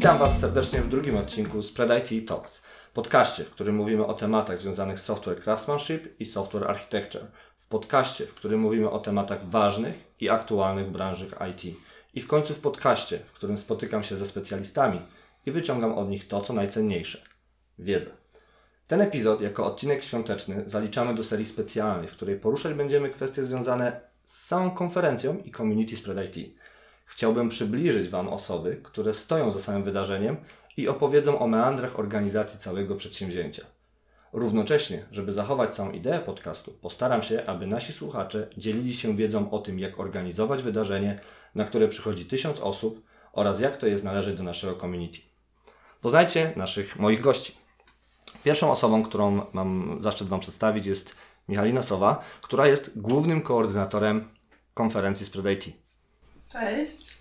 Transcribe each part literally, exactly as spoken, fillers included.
Witam Was serdecznie w drugim odcinku Spread I T Talks, podcaście, w którym mówimy o tematach związanych z software craftsmanship i software architecture. W podcaście, w którym mówimy o tematach ważnych i aktualnych w branży I T. I w końcu w podcaście, w którym spotykam się ze specjalistami i wyciągam od nich to, co najcenniejsze – wiedzę. Ten epizod jako odcinek świąteczny zaliczamy do serii specjalnej, w której poruszać będziemy kwestie związane z samą konferencją i community Spread I T. Chciałbym przybliżyć Wam osoby, które stoją za samym wydarzeniem i opowiedzą o meandrach organizacji całego przedsięwzięcia. Równocześnie, żeby zachować całą ideę podcastu, postaram się, aby nasi słuchacze dzielili się wiedzą o tym, jak organizować wydarzenie, na które przychodzi tysiąc osób oraz jak to jest należeć do naszego community. Poznajcie naszych moich gości. Pierwszą osobą, którą mam zaszczyt Wam przedstawić, jest Michalina Sowa, która jest głównym koordynatorem konferencji Spread I T. Cześć.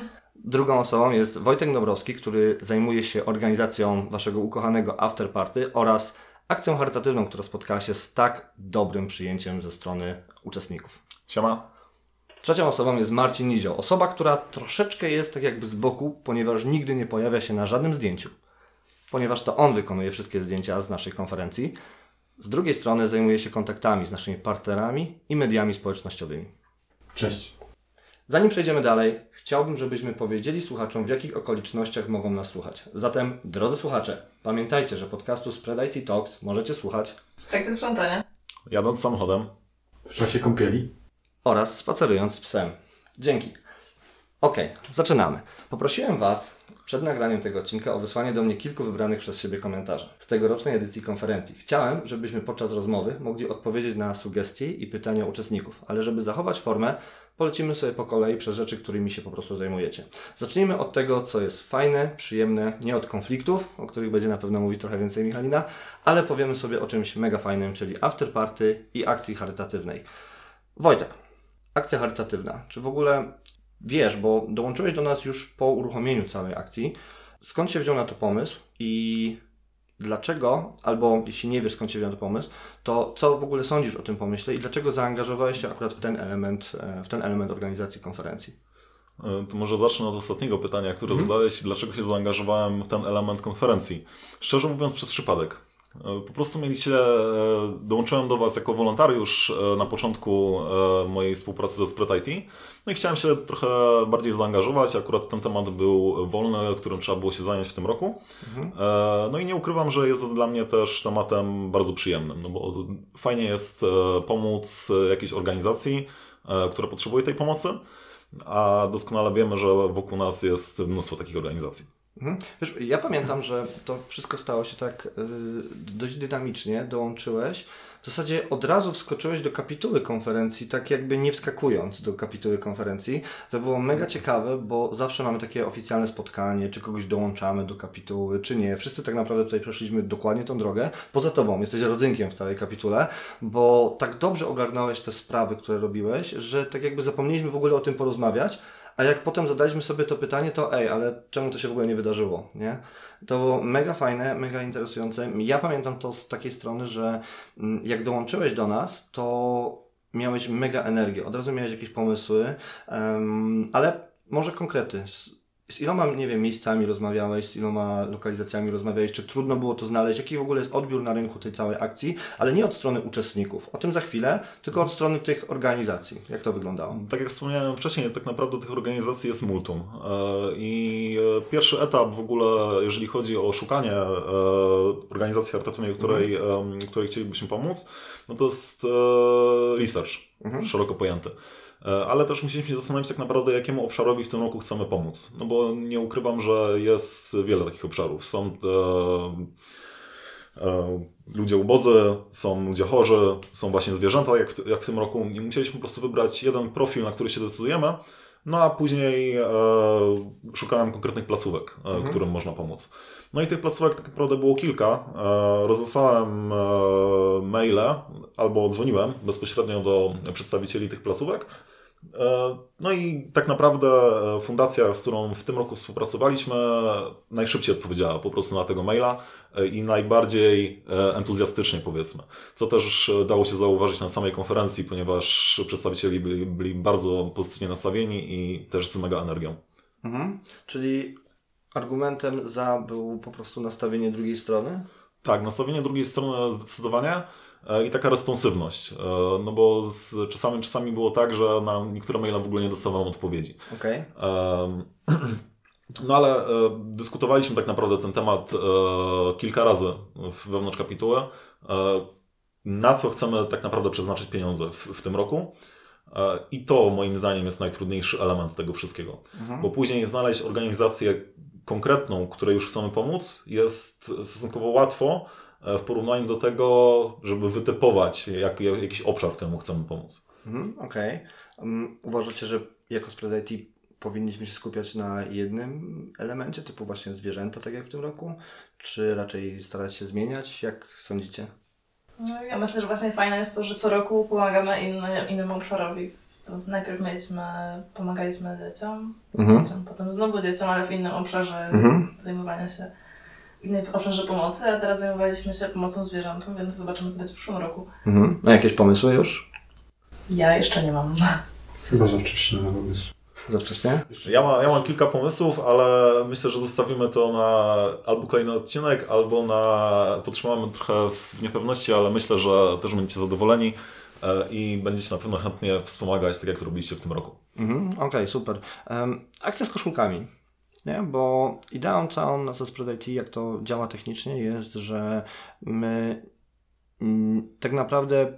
Drugą osobą jest Wojtek Dobrowski, który zajmuje się organizacją Waszego ukochanego afterparty oraz akcją charytatywną, która spotkała się z tak dobrym przyjęciem ze strony uczestników. Siema. Trzecią osobą jest Marcin Nizioł, osoba, która troszeczkę jest tak jakby z boku, ponieważ nigdy nie pojawia się na żadnym zdjęciu, ponieważ to on wykonuje wszystkie zdjęcia z naszej konferencji. Z drugiej strony zajmuje się kontaktami z naszymi partnerami i mediami społecznościowymi. Cześć. Zanim przejdziemy dalej, chciałbym, żebyśmy powiedzieli słuchaczom, w jakich okolicznościach mogą nas słuchać. Zatem, drodzy słuchacze, pamiętajcie, że podcastu Spread I T Talks możecie słuchać w trakcie sprzątania, jadąc samochodem, w czasie kąpieli oraz spacerując z psem. Dzięki. Ok, zaczynamy. Poprosiłem Was przed nagraniem tego odcinka o wysłanie do mnie kilku wybranych przez siebie komentarzy z tegorocznej edycji konferencji. Chciałem, żebyśmy podczas rozmowy mogli odpowiedzieć na sugestie i pytania uczestników, ale żeby zachować formę, polecimy sobie po kolei przez rzeczy, którymi się po prostu zajmujecie. Zacznijmy od tego, co jest fajne, przyjemne, nie od konfliktów, o których będzie na pewno mówić trochę więcej Michalina, ale powiemy sobie o czymś mega fajnym, czyli afterparty i akcji charytatywnej. Wojtek, akcja charytatywna. Czy w ogóle wiesz, bo dołączyłeś do nas już po uruchomieniu całej akcji, skąd się wziął na to pomysł i dlaczego, albo jeśli nie wiesz, skąd się wziął na to pomysł, to co w ogóle sądzisz o tym pomyśle i dlaczego zaangażowałeś się akurat w ten element, w ten element organizacji konferencji? To może zacznę od ostatniego pytania, które Mhm. zadałeś, dlaczego się zaangażowałem w ten element konferencji. Szczerze mówiąc, przez przypadek. Po prostu mieliście, dołączyłem do Was jako wolontariusz na początku mojej współpracy ze Spread I T, no i chciałem się trochę bardziej zaangażować. Akurat ten temat był wolny, którym trzeba było się zająć w tym roku. Mhm. No i nie ukrywam, że jest dla mnie też tematem bardzo przyjemnym, no bo fajnie jest pomóc jakiejś organizacji, która potrzebuje tej pomocy, a doskonale wiemy, że wokół nas jest mnóstwo takich organizacji. Mhm. Wiesz, ja pamiętam, że to wszystko stało się tak yy, dość dynamicznie, dołączyłeś. W zasadzie od razu wskoczyłeś do kapituły konferencji, tak jakby nie wskakując do kapituły konferencji. To było mega ciekawe, bo zawsze mamy takie oficjalne spotkanie, czy kogoś dołączamy do kapituły, czy nie. Wszyscy tak naprawdę tutaj przeszliśmy dokładnie tą drogę. Poza Tobą, jesteś rodzynkiem w całej kapitule, bo tak dobrze ogarnąłeś te sprawy, które robiłeś, że tak jakby zapomnieliśmy w ogóle o tym porozmawiać. A jak potem zadaliśmy sobie to pytanie, to ej, ale czemu to się w ogóle nie wydarzyło, nie? To było mega fajne, mega interesujące. Ja pamiętam to z takiej strony, że jak dołączyłeś do nas, to miałeś mega energię. Od razu miałeś jakieś pomysły, um, ale może konkrety. Z iloma, nie wiem, miejscami rozmawiałeś, z iloma lokalizacjami rozmawiałeś, czy trudno było to znaleźć, jaki w ogóle jest odbiór na rynku tej całej akcji, ale nie od strony uczestników, o tym za chwilę, tylko od strony tych organizacji. Jak to wyglądało? Tak jak wspomniałem wcześniej, tak naprawdę tych organizacji jest multum i pierwszy etap w ogóle, jeżeli chodzi o szukanie organizacji charytatywnej, której, mhm. której chcielibyśmy pomóc, no to jest research, mhm. szeroko pojęty. Ale też musieliśmy się zastanowić tak naprawdę, jakiemu obszarowi w tym roku chcemy pomóc. No bo nie ukrywam, że jest wiele takich obszarów. Są e, e, ludzie ubodzy, są ludzie chorzy, są właśnie zwierzęta, jak w, jak w tym roku. I musieliśmy po prostu wybrać jeden profil, na który się decydujemy, no a później e, szukałem konkretnych placówek, e, mhm. którym można pomóc. No i tych placówek tak naprawdę było kilka. E, rozesłałem e, maile albo dzwoniłem bezpośrednio do przedstawicieli tych placówek. No i tak naprawdę fundacja, z którą w tym roku współpracowaliśmy, najszybciej odpowiedziała po prostu na tego maila i najbardziej entuzjastycznie, powiedzmy. Co też dało się zauważyć na samej konferencji, ponieważ przedstawicieli byli, byli bardzo pozytywnie nastawieni i też z mega energią. Mhm. Czyli argumentem za był po prostu nastawienie drugiej strony? Tak, nastawienie drugiej strony zdecydowanie i taka responsywność. No bo z, czasami, czasami było tak, że na niektóre maile w ogóle nie dostawałem odpowiedzi. Okej. Okay. No ale e, dyskutowaliśmy tak naprawdę ten temat e, kilka razy wewnątrz kapituły, e, na co chcemy tak naprawdę przeznaczyć pieniądze w, w tym roku. E, I to moim zdaniem jest najtrudniejszy element tego wszystkiego. Mhm. Bo później znaleźć organizację konkretną, której już chcemy pomóc, jest stosunkowo łatwo w porównaniu do tego, żeby wytypować jak, jak, jakiś obszar, któremu chcemy pomóc. Mhm, Okej. Okay. Um, uważacie, że jako Spread I T powinniśmy się skupiać na jednym elemencie, typu właśnie zwierzęta, tak jak w tym roku? Czy raczej starać się zmieniać? Jak sądzicie? No, ja myślę, że właśnie fajne jest to, że co roku pomagamy inny, innemu obszarowi. To najpierw mieliśmy, pomagaliśmy dzieciom, mhm. dzieciom, potem znowu dzieciom, ale w innym obszarze mhm. zajmowania się, w innym obszarze pomocy, a teraz zajmowaliśmy się pomocą zwierzętom, więc zobaczymy, co będzie w przyszłym roku. Mhm. A jakieś pomysły już? Ja jeszcze nie mam. Chyba za wcześnie na pomysł. Za wcześnie? Ja, ma, ja mam kilka pomysłów, ale myślę, że zostawimy to na albo kolejny odcinek, albo na... Potrzymamy trochę w niepewności, ale myślę, że też będziecie zadowoleni i będziecie na pewno chętnie wspomagać, tak jak to robiliście w tym roku. Mhm, Okej, okay, super. Um, akcja z koszulkami. Nie? Bo ideą całą na Spread I T, jak to działa technicznie, jest, że my m, tak naprawdę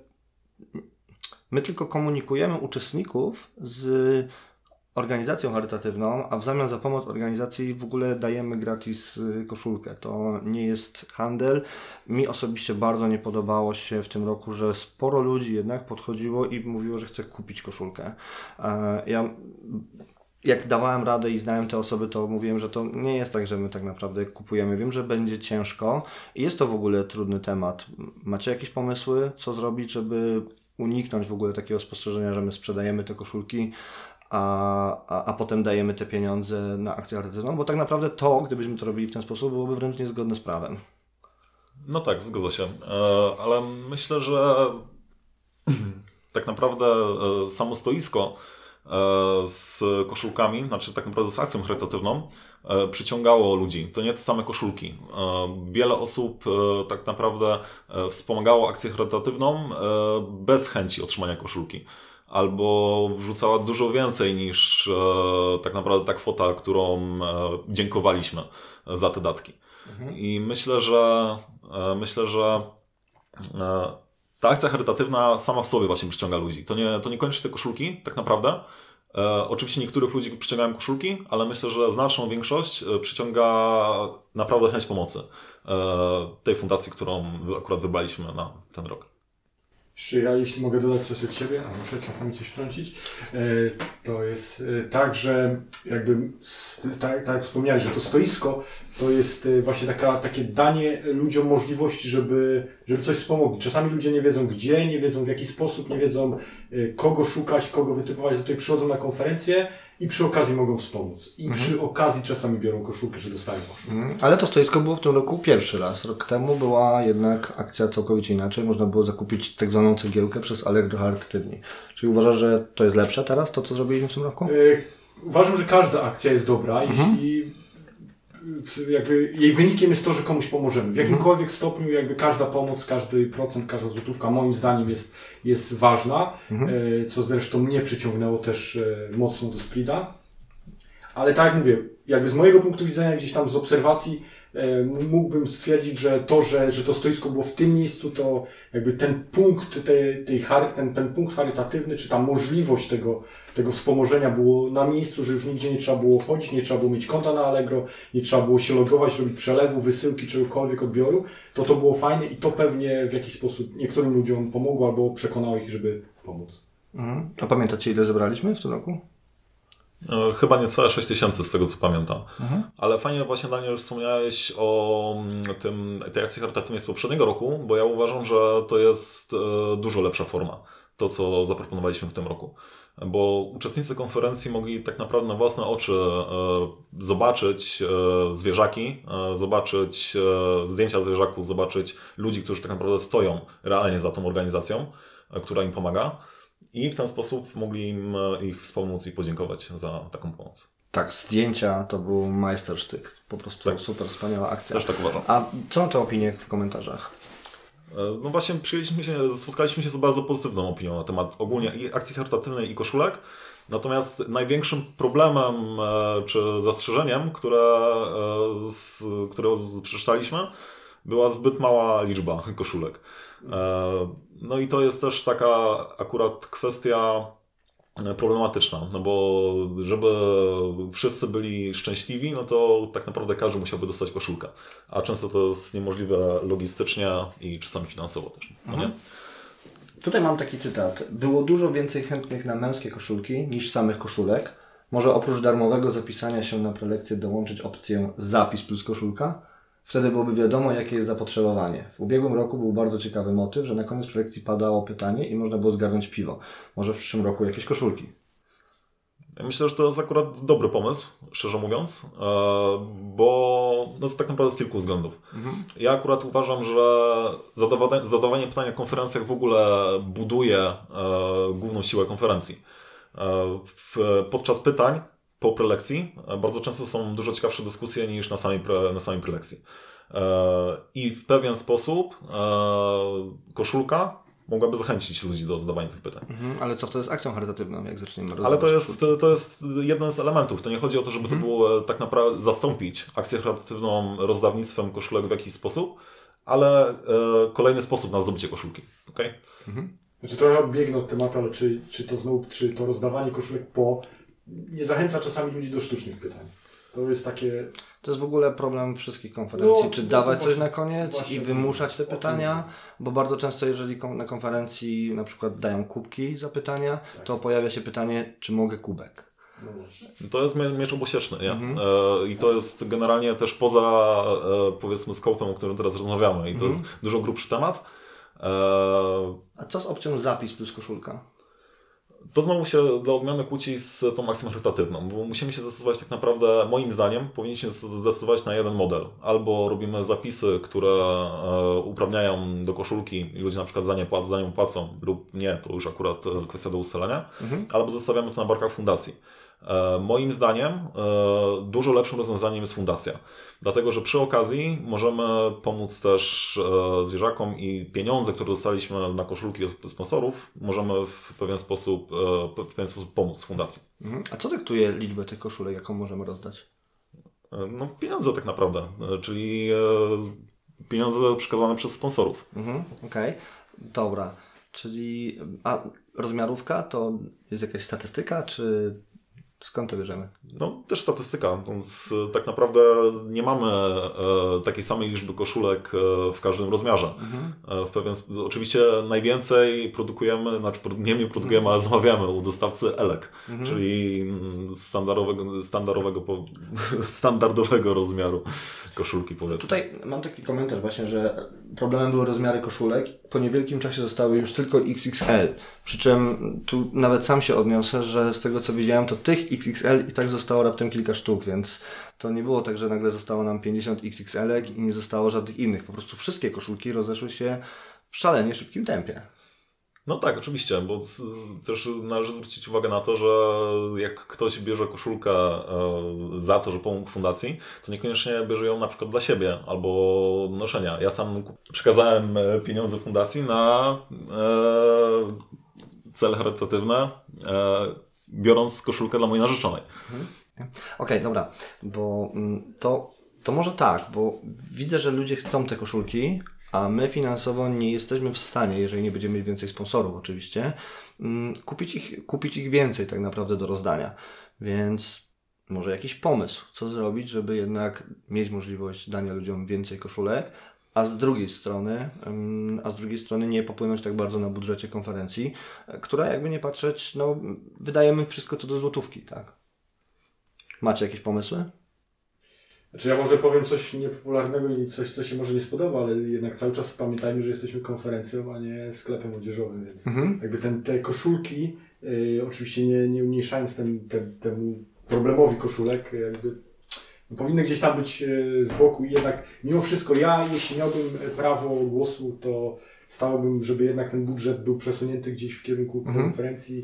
my tylko komunikujemy uczestników z organizacją charytatywną, a w zamian za pomoc organizacji w ogóle dajemy gratis koszulkę. To nie jest handel. Mi osobiście bardzo nie podobało się w tym roku, że sporo ludzi jednak podchodziło i mówiło, że chce kupić koszulkę. Ja jak dawałem radę i znałem te osoby, to mówiłem, że to nie jest tak, że my tak naprawdę kupujemy. Wiem, że będzie ciężko i jest to w ogóle trudny temat. Macie jakieś pomysły, co zrobić, żeby uniknąć w ogóle takiego spostrzeżenia, że my sprzedajemy te koszulki, A, a, a potem dajemy te pieniądze na akcję charytatywną, bo tak naprawdę to, gdybyśmy to robili w ten sposób, byłoby wręcz niezgodne z prawem. No tak, zgadza się. Ale myślę, że tak naprawdę samo stoisko z koszulkami, znaczy tak naprawdę z akcją charytatywną, przyciągało ludzi. To nie te same koszulki. Wiele osób tak naprawdę wspomagało akcję charytatywną bez chęci otrzymania koszulki. Albo wrzucała dużo więcej niż e, tak naprawdę ta kwota, którą e, dziękowaliśmy za te datki. Mhm. I myślę, że e, myślę, że e, ta akcja charytatywna sama w sobie właśnie przyciąga ludzi. To nie, to nie kończy te koszulki, tak naprawdę. E, oczywiście niektórych ludzi przyciągają koszulki, ale myślę, że znaczną większość przyciąga naprawdę chęć pomocy e, tej fundacji, którą akurat wybraliśmy na ten rok. Czy ja, jeśli mogę dodać coś od siebie, a muszę czasami coś wtrącić, to jest tak, że jakby, tak, tak jak wspomniałeś, że to stoisko to jest właśnie taka, takie danie ludziom możliwości, żeby, żeby coś wspomogli. Czasami ludzie nie wiedzą gdzie, nie wiedzą w jaki sposób, nie wiedzą kogo szukać, kogo wytypować. Tutaj przychodzą na konferencję i przy okazji mogą wspomóc. I mhm. przy okazji czasami biorą koszulkę, czy dostają koszulkę. Mhm. Ale to stoisko było w tym roku pierwszy raz. Rok temu była jednak akcja całkowicie inaczej. Można było zakupić tak zwaną cegiełkę przez Allegro Charytatywni. Czyli uważasz, że to jest lepsze teraz, to co zrobiliśmy w tym roku? Yy, uważam, że każda akcja jest dobra, mhm. jeśli jakby jej wynikiem jest to, że komuś pomożemy. W jakimkolwiek stopniu jakby każda pomoc, każdy procent, każda złotówka moim zdaniem jest, jest ważna, mhm. co zresztą mnie przyciągnęło też mocno do Spreada. Ale tak jak mówię, jakby z mojego punktu widzenia, gdzieś tam z obserwacji mógłbym stwierdzić, że to, że, że to stoisko było w tym miejscu, to jakby ten punkt, tej, tej, ten, ten punkt charytatywny, czy ta możliwość tego, tego wspomożenia było na miejscu, że już nigdzie nie trzeba było chodzić, nie trzeba było mieć konta na Allegro, nie trzeba było się logować, robić przelewu, wysyłki, czegokolwiek odbioru, to to było fajne i to pewnie w jakiś sposób niektórym ludziom pomogło albo przekonało ich, żeby pomóc. Mhm. A pamiętacie, ile zebraliśmy w tym roku? Chyba niecałe sześć tysięcy z tego co pamiętam. Mhm. Ale fajnie właśnie, Daniel, wspomniałeś o tym, tej akcji charytatywnej z poprzedniego roku, bo ja uważam, że to jest dużo lepsza forma, to co zaproponowaliśmy w tym roku. Bo uczestnicy konferencji mogli tak naprawdę na własne oczy zobaczyć zwierzaki, zobaczyć zdjęcia zwierzaków, zobaczyć ludzi, którzy tak naprawdę stoją realnie za tą organizacją, która im pomaga. I w ten sposób mogli im ich wspomóc i podziękować za taką pomoc. Tak, zdjęcia to był majstersztyk. Po prostu tak. super, wspaniała akcja. Też tak uważam. A co na te opinie w komentarzach? No właśnie przyjęliśmy się, spotkaliśmy się z bardzo pozytywną opinią na temat ogólnie i akcji charytatywnej i koszulek. Natomiast największym problemem czy zastrzeżeniem, które, z, które przeczytaliśmy, była zbyt mała liczba koszulek. No i to jest też taka akurat kwestia problematyczna, no bo żeby wszyscy byli szczęśliwi, no to tak naprawdę każdy musiałby dostać koszulkę. A często to jest niemożliwe logistycznie i czasami finansowo też. No mhm. nie? Tutaj mam taki cytat. Było dużo więcej chętnych na męskie koszulki niż samych koszulek. Może oprócz darmowego zapisania się na prelekcję dołączyć opcję zapis plus koszulka? Wtedy byłoby wiadomo, jakie jest zapotrzebowanie. W ubiegłym roku był bardzo ciekawy motyw, że na koniec prelekcji padało pytanie i można było zgarnąć piwo. Może w przyszłym roku jakieś koszulki. Ja myślę, że to jest akurat dobry pomysł, szczerze mówiąc, bo no to tak naprawdę z kilku względów. Mhm. Ja akurat uważam, że zadawanie, zadawanie pytań na konferencjach w ogóle buduje główną siłę konferencji. Podczas pytań po prelekcji bardzo często są dużo ciekawsze dyskusje niż na samej, pre, na samej prelekcji. I w pewien sposób koszulka mogłaby zachęcić ludzi do zadawania tych pytań. Mhm, ale co wtedy z akcją charytatywną, jak zaczniemy rozmawiać? Ale to jest, to jest jeden z elementów. To nie chodzi o to, żeby mhm. to było tak naprawdę zastąpić akcję charytatywną rozdawnictwem koszulek w jakiś sposób, ale e, kolejny sposób na zdobycie koszulki. Okay? Mhm. Znaczy trochę odbiegnę od tematu, ale czy, czy, to znowu, czy to rozdawanie koszulek po nie zachęca czasami ludzi do sztucznych pytań? To jest takie... To jest w ogóle problem wszystkich konferencji. No, czy no, dawać właśnie, coś na koniec właśnie, i wymuszać te pytania, tym. bo bardzo często jeżeli na konferencji na przykład dają kubki za pytania, tak. to pojawia się pytanie, czy mogę kubek. No właśnie. To jest miecz obosieczny, nie? Mhm. E, I to jest generalnie też poza e, powiedzmy skopem, o którym teraz rozmawiamy. I to mhm. jest dużo grubszy temat. E, A co z opcją zapis plus koszulka? To znowu się dla odmiany kłóci z tą akcją charytatywną, bo musimy się zdecydować tak naprawdę, moim zdaniem, powinniśmy się zdecydować na jeden model. Albo robimy zapisy, które e, uprawniają do koszulki i ludzie na przykład za, nie, za nią płacą, lub nie, to już akurat kwestia do ustalenia, mhm. albo zostawiamy to na barkach fundacji. E, moim zdaniem e, dużo lepszym rozwiązaniem jest fundacja. Dlatego, że przy okazji możemy pomóc też e, zwierzakom i pieniądze, które dostaliśmy na koszulki od sponsorów, możemy w pewien sposób, e, w pewien sposób pomóc fundacji. Mhm. A co dyktuje liczbę tych koszulek, jaką możemy rozdać? E, no pieniądze tak naprawdę, e, czyli e, pieniądze przekazane przez sponsorów. Mhm. Okej, okay. Dobra. Czyli a rozmiarówka to jest jakaś statystyka, czy... Skąd to bierzemy? No też statystyka, więc tak naprawdę nie mamy e, takiej samej liczby koszulek e, w każdym rozmiarze. Mhm. E, w pewien, oczywiście najwięcej produkujemy, znaczy nie my produkujemy, mhm. ale zamawiamy u dostawcy Elek, mhm. czyli standardowego, standardowego, standardowego rozmiaru koszulki, powiedzmy. Tutaj mam taki komentarz właśnie, że problemem były rozmiary koszulek. Po niewielkim czasie zostały już tylko X X L. Przy czym tu nawet sam się odniosę, że z tego co widziałem, to tych X X L i tak zostało raptem kilka sztuk, więc to nie było tak, że nagle zostało nam pięćdziesiąt X X L-ek i nie zostało żadnych innych. Po prostu wszystkie koszulki rozeszły się w szalenie szybkim tempie. No tak, oczywiście, bo też należy zwrócić uwagę na to, że jak ktoś bierze koszulkę za to, że pomógł fundacji, to niekoniecznie bierze ją na przykład dla siebie albo do noszenia. Ja sam przekazałem pieniądze fundacji na cele charytatywne, biorąc koszulkę dla mojej narzeczonej. Mhm. Okej, okay, dobra, bo to, to może tak, bo widzę, że ludzie chcą te koszulki, a my finansowo nie jesteśmy w stanie, jeżeli nie będziemy mieć więcej sponsorów oczywiście, kupić ich, kupić ich więcej tak naprawdę do rozdania. Więc może jakiś pomysł, co zrobić, żeby jednak mieć możliwość dania ludziom więcej koszulek, a z drugiej strony, a z drugiej strony nie popłynąć tak bardzo na budżecie konferencji, która jakby nie patrzeć, no wydajemy wszystko to do złotówki, tak? Macie jakieś pomysły? Znaczy ja może powiem coś niepopularnego i coś, co się może nie spodoba, ale jednak cały czas pamiętajmy, że jesteśmy konferencją, a nie sklepem odzieżowym, więc mhm. jakby ten, te koszulki, yy, oczywiście nie, nie umniejszając ten, ten, temu problemowi koszulek, jakby no, powinny gdzieś tam być yy, z boku i jednak mimo wszystko ja, jeśli miałbym prawo głosu, to stałbym, żeby jednak ten budżet był przesunięty gdzieś w kierunku mhm. konferencji,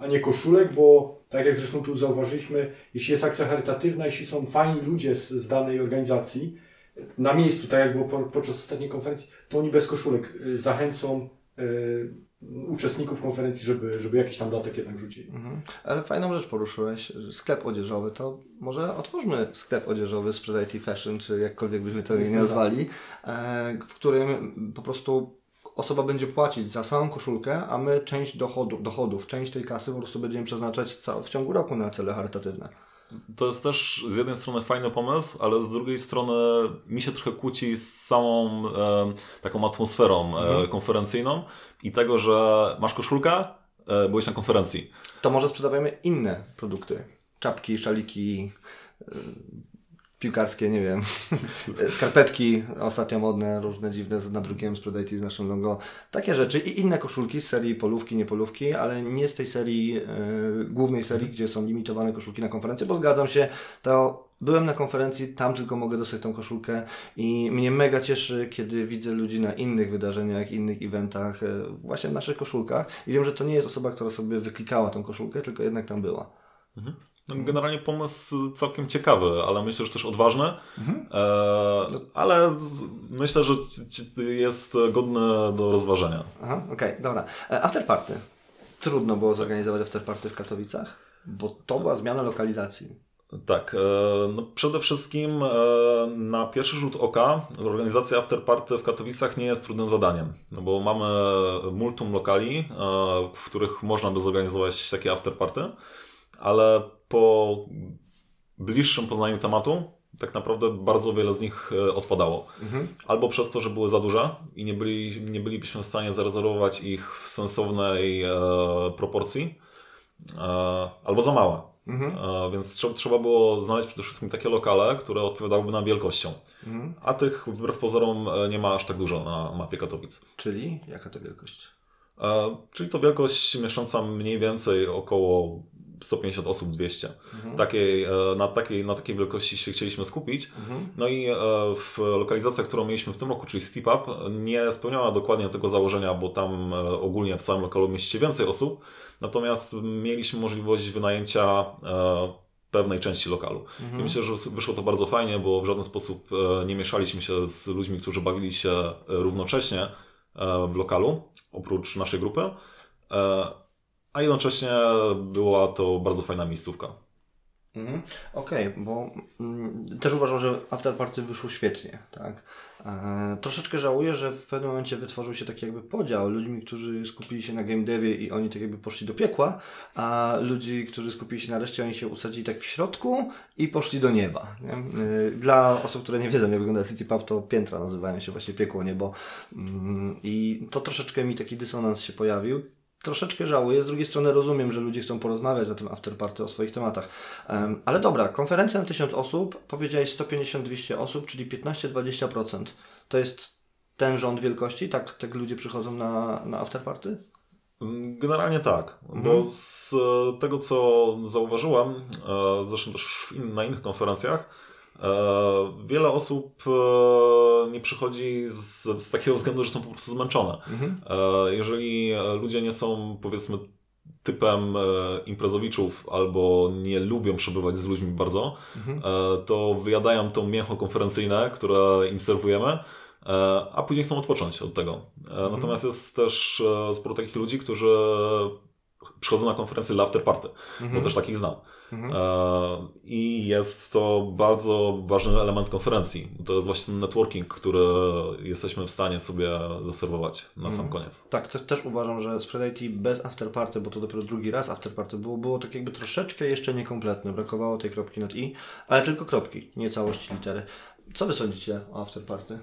a nie koszulek, bo tak jak zresztą tu zauważyliśmy, jeśli jest akcja charytatywna, jeśli są fajni ludzie z, z danej organizacji, na miejscu, tak jak było po, podczas ostatniej konferencji, to oni bez koszulek y, zachęcą y, uczestników konferencji, żeby, żeby jakiś tam datek jednak rzucili. Mhm. Ale fajną rzecz poruszyłeś, sklep odzieżowy, to może otwórzmy sklep odzieżowy Spread I T Fashion, czy jakkolwiek byśmy to nie nazwali, e, w którym po prostu osoba będzie płacić za samą koszulkę, a my część dochodu, dochodów, część tej kasy po prostu będziemy przeznaczać w ciągu roku na cele charytatywne. To jest też z jednej strony fajny pomysł, ale z drugiej strony mi się trochę kłóci z samą e, taką atmosferą mhm. e, konferencyjną i tego, że masz koszulkę, e, byłeś na konferencji. To może sprzedawajmy inne produkty. Czapki, szaliki, e, piłkarskie, nie wiem, skarpetki ostatnio modne, różne dziwne z nadrukiem Spread I T z naszym logo. Takie rzeczy i inne koszulki z serii polówki, nie polówki, ale nie z tej serii, yy, głównej serii, gdzie są limitowane koszulki na konferencję, bo zgadzam się, to byłem na konferencji, tam tylko mogę dostać tą koszulkę i mnie mega cieszy, kiedy widzę ludzi na innych wydarzeniach, innych eventach, yy, właśnie w naszych koszulkach i wiem, że to nie jest osoba, która sobie wyklikała tą koszulkę, tylko jednak tam była. Mhm. Generalnie pomysł całkiem ciekawy, ale myślę, że też odważny, mhm. e, ale myślę, że jest godny do rozważenia. Aha, okej, okay, dobra. Afterparty. Trudno było zorganizować afterparty w Katowicach, bo to była zmiana lokalizacji. Tak, no przede wszystkim na pierwszy rzut oka organizacja afterparty w Katowicach nie jest trudnym zadaniem, no bo mamy multum lokali, w których można by zorganizować takie afterparty, ale po bliższym poznaniu tematu tak naprawdę bardzo wiele z nich odpadało. Mhm. Albo przez to, że były za duże i nie, byli, nie bylibyśmy w stanie zarezerwować ich w sensownej e, proporcji, e, albo za małe. Mhm. E, więc trzeba, trzeba było znaleźć przede wszystkim takie lokale, które odpowiadałyby nam wielkością. Mhm. A tych wbrew pozorom nie ma aż tak dużo na mapie Katowic. Czyli jaka to wielkość? E, czyli to wielkość mieszcząca mniej więcej około sto pięćdziesiąt osób, dwieście. Mhm. Takiej, na, takiej, na takiej wielkości się chcieliśmy skupić. Mhm. No i w lokalizacja, którą mieliśmy w tym roku, czyli Steep Up, nie spełniała dokładnie tego założenia, bo tam ogólnie w całym lokalu mieści się więcej osób. Natomiast mieliśmy możliwość wynajęcia pewnej części lokalu. Mhm. I myślę, że wyszło to bardzo fajnie, bo w żaden sposób nie mieszaliśmy się z ludźmi, którzy bawili się równocześnie w lokalu, oprócz naszej grupy. A jednocześnie była to bardzo fajna miejscówka. Mhm. Okej, okay, bo mm, też uważam, że afterparty wyszło świetnie, tak? E, troszeczkę żałuję, że w pewnym momencie wytworzył się taki jakby podział ludźmi, którzy skupili się na game devie i oni tak jakby poszli do piekła, a ludzi, którzy skupili się na reszcie, oni się usadzili tak w środku i poszli do nieba. Nie? E, dla osób, które nie wiedzą, jak wygląda City Pub, to piętra nazywają się właśnie piekło, niebo. Mm, I to troszeczkę mi taki dysonans się pojawił. Troszeczkę żałuję, z drugiej strony rozumiem, że ludzie chcą porozmawiać na tym afterparty o swoich tematach. Um, ale dobra, konferencja na tysiąc osób, powiedziałeś sto pięćdziesiąt do dwustu osób, czyli piętnaście do dwudziestu procent. To jest ten rząd wielkości? Tak, tak ludzie przychodzą na, na afterparty? Generalnie tak, mhm. bo z tego co zauważyłem, zresztą też na innych konferencjach, wiele osób nie przychodzi z, z takiego względu, że są po prostu zmęczone. Mhm. Jeżeli ludzie nie są, powiedzmy, typem imprezowiczów albo nie lubią przebywać z ludźmi bardzo, mhm. to wyjadają to mięcho konferencyjne, które im serwujemy, a później chcą odpocząć od tego. Mhm. Natomiast jest też sporo takich ludzi, którzy przychodzą na konferencję dla afterparty, mhm. bo też takich znam. Mhm. I jest to bardzo ważny element konferencji. To jest właśnie ten networking, który jesteśmy w stanie sobie zaserwować na mhm. sam koniec. Tak, te, też uważam, że Spread I T bez afterparty, bo to dopiero drugi raz afterparty było, było tak jakby troszeczkę jeszcze niekompletne. Brakowało tej kropki nad i, ale tylko kropki, nie całości litery. Co wy sądzicie o afterparty?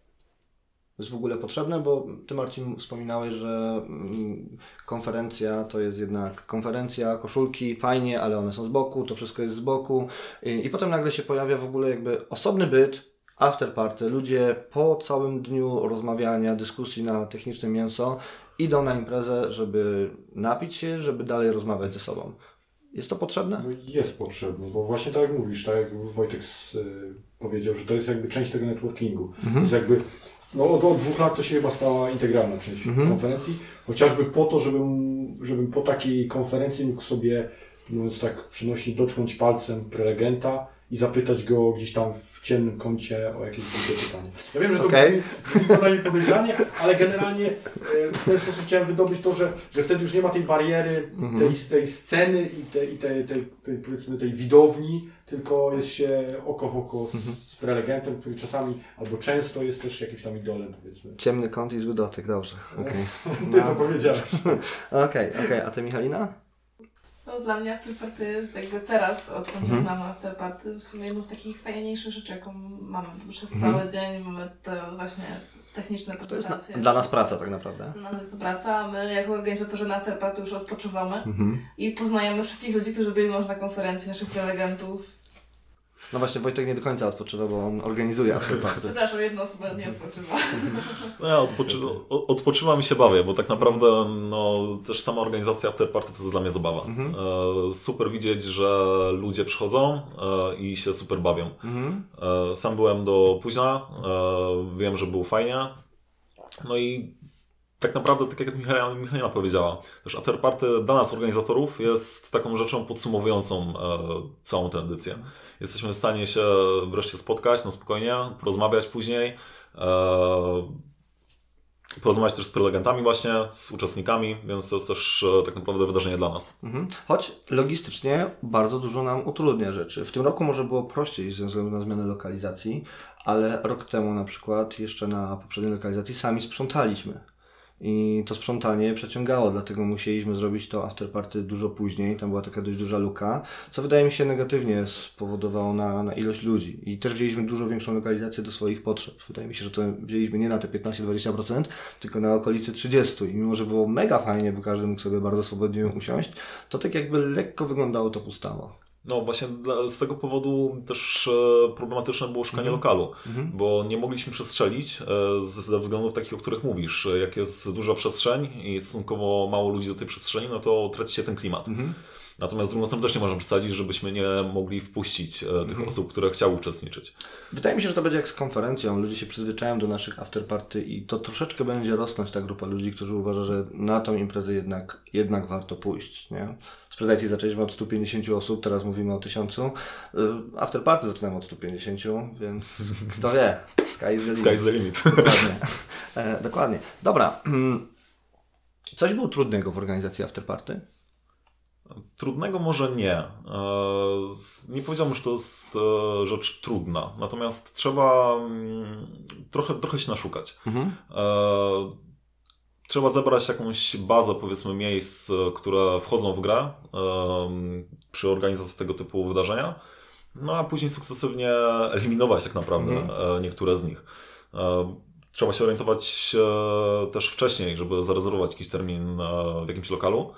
Jest w ogóle potrzebne, bo Ty, Marcin, wspominałeś, że mm, konferencja to jest jednak konferencja, koszulki, fajnie, ale one są z boku, to wszystko jest z boku i, i potem nagle się pojawia w ogóle jakby osobny byt, afterparty, ludzie po całym dniu rozmawiania, dyskusji na techniczne mięso idą na imprezę, żeby napić się, żeby dalej rozmawiać ze sobą. Jest to potrzebne? Jest potrzebne, bo właśnie tak jak mówisz, tak jak Wojtek y, powiedział, że to jest jakby część tego networkingu. Mhm. Jest jakby No od, od dwóch lat to się chyba stała integralna część mhm. konferencji, chociażby po to, żeby żebym po takiej konferencji mógł sobie, mówiąc tak przenośni, dotknąć palcem prelegenta i zapytać go gdzieś tam w ciemnym kącie o jakieś głupie pytanie. Ja wiem, że to okay. brzmi co najmniej podejrzanie, ale generalnie w ten sposób chciałem wydobyć to, że, że wtedy już nie ma tej bariery, mm-hmm. tej, tej sceny i tej, tej, tej, tej, powiedzmy tej widowni, tylko jest się oko w oko z, mm-hmm. z prelegentem, który czasami albo często jest też jakimś tam idolem, powiedzmy. Ciemny kąt i zły dotyk, dobrze. Okay. Ty no. to powiedziałeś. Okej, okej. Okay, okay. A ty, Michalina? No, dla mnie afterparty jest jakby teraz, odkąd mhm. mamy afterparty, w sumie jedną z takich fajniejszych rzeczy, jaką mamy przez mhm. cały dzień. Mamy te właśnie techniczne prezentacje. To jest na, dla nas praca tak naprawdę. Dla nas jest to praca, a my jako organizatorzy na afterparty już odpoczywamy mhm. i poznajemy wszystkich ludzi, którzy byli u nas na konferencji, naszych prelegentów. No właśnie, Wojtek nie do końca odpoczywa, bo on organizuje afterparty. Przepraszam, jedna osoba nie odpoczywa. No ja odpoczy- odpoczywam i się bawię, bo tak naprawdę no, też sama organizacja afterparty to jest dla mnie zabawa. Mhm. E, super widzieć, że ludzie przychodzą e, i się super bawią. Mhm. E, sam byłem do późna, e, wiem, że było fajnie. No i tak naprawdę, tak jak Michalina, Michalina powiedziała, też afterparty dla nas organizatorów jest taką rzeczą podsumowującą e, całą tę edycję. Jesteśmy w stanie się wreszcie spotkać, no spokojnie, porozmawiać później, e, porozmawiać też z prelegentami właśnie, z uczestnikami, więc to jest też e, tak naprawdę wydarzenie dla nas. Mhm. Choć logistycznie bardzo dużo nam utrudnia rzeczy. W tym roku może było prościej ze względu na zmianę lokalizacji, ale rok temu na przykład jeszcze na poprzedniej lokalizacji sami sprzątaliśmy. I to sprzątanie przeciągało, dlatego musieliśmy zrobić to afterparty dużo później. Tam była taka dość duża luka, co wydaje mi się negatywnie spowodowało na, na ilość ludzi. I też wzięliśmy dużo większą lokalizację do swoich potrzeb. Wydaje mi się, że to wzięliśmy nie na te piętnaście do dwudziestu procent, tylko na okolicy trzydziestu. I mimo, że było mega fajnie, bo każdy mógł sobie bardzo swobodnie usiąść, to tak jakby lekko wyglądało to pustawo. No właśnie z tego powodu też problematyczne było szukanie mm. lokalu, mm. bo nie mogliśmy przestrzelić ze względów takich, o których mówisz. Jak jest duża przestrzeń i stosunkowo mało ludzi do tej przestrzeni, no to traci się ten klimat. Mm. Natomiast z drugą stroną też nie możemy przesadzić, żebyśmy nie mogli wpuścić tych mm. osób, które chciały uczestniczyć. Wydaje mi się, że to będzie jak z konferencją. Ludzie się przyzwyczają do naszych afterparty i to troszeczkę będzie rosnąć ta grupa ludzi, którzy uważa, że na tą imprezę jednak, jednak warto pójść. Nie? Sprzedajcie zaczęliśmy od stu pięćdziesięciu osób, teraz mówimy o tysiącu. Afterparty zaczynamy od stu pięćdziesięciu, więc kto wie, sky is the limit. Sky is the limit. Dokładnie. E, dokładnie. Dobra. Coś było trudnego w organizacji afterparty? Trudnego może nie. Nie powiedziałbym, że to jest rzecz trudna. Natomiast trzeba trochę, trochę się naszukać. Mhm. Trzeba zebrać jakąś bazę, powiedzmy, miejsc, które wchodzą w grę przy organizacji tego typu wydarzenia. No a później sukcesywnie eliminować tak naprawdę mhm. niektóre z nich. Trzeba się orientować też wcześniej, żeby zarezerwować jakiś termin w jakimś lokalu.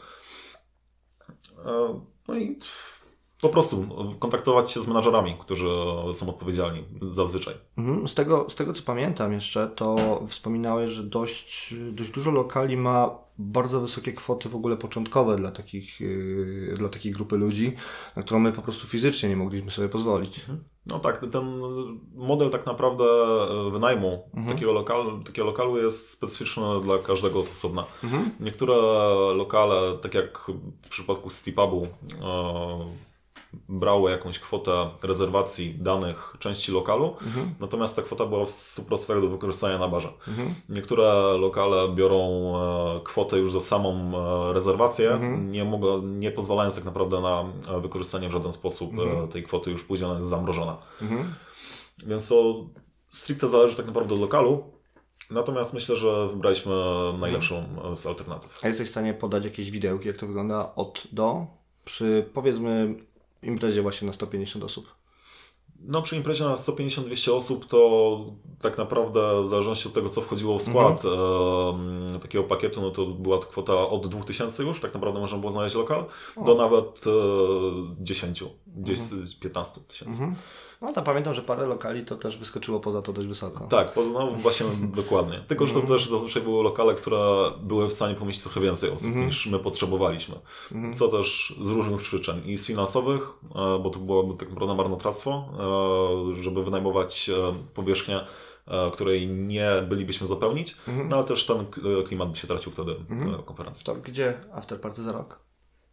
No i po prostu kontaktować się z menadżerami, którzy są odpowiedzialni zazwyczaj. Z tego, z tego co pamiętam jeszcze, to wspominałeś, że dość, dość dużo lokali ma bardzo wysokie kwoty w ogóle początkowe dla, takich, yy, dla takiej grupy ludzi, na którą my po prostu fizycznie nie mogliśmy sobie pozwolić. No tak, ten model tak naprawdę wynajmu mhm. takiego, lokalu, takiego lokalu jest specyficzny dla każdego z osobna. Mhm. Niektóre lokale, tak jak w przypadku City Pubu, yy, brały jakąś kwotę rezerwacji danych części lokalu, mhm. natomiast ta kwota była w stu procentach do wykorzystania na barze. Mhm. Niektóre lokale biorą e, kwotę już za samą e, rezerwację, mhm. nie, mogą, nie pozwalając tak naprawdę na wykorzystanie w żaden sposób mhm. e, tej kwoty, już później ona jest zamrożona. Mhm. Więc to stricte zależy tak naprawdę od lokalu. Natomiast myślę, że wybraliśmy najlepszą mhm. z alternatyw. A jesteś w stanie podać jakieś widełki, jak to wygląda od do? Przy, powiedzmy, imprezie właśnie na sto pięćdziesiąt osób. No przy imprezie na sto pięćdziesiąt do dwieście osób to tak naprawdę w zależności od tego, co wchodziło w skład mhm. e, takiego pakietu, no to była to kwota od dwóch tysięcy już, tak naprawdę można było znaleźć lokal, o. do nawet e, dziesięciu. gdzieś Mhm. z piętnaście tysięcy. Mhm. No to pamiętam, że parę lokali to też wyskoczyło poza to dość wysoko. Tak, poza, no właśnie dokładnie. Tylko, że to też zazwyczaj były lokale, które były w stanie pomieścić trochę więcej osób Mhm. niż my potrzebowaliśmy. Mhm. Co też z różnych przyczyn. I z finansowych, e, bo to byłoby tak naprawdę marnotrawstwo, e, żeby wynajmować e, powierzchnię, e, której nie bylibyśmy zapełnić, Mhm. no ale też ten k- klimat by się tracił wtedy Mhm. na konferencji. To gdzie afterparty za rok?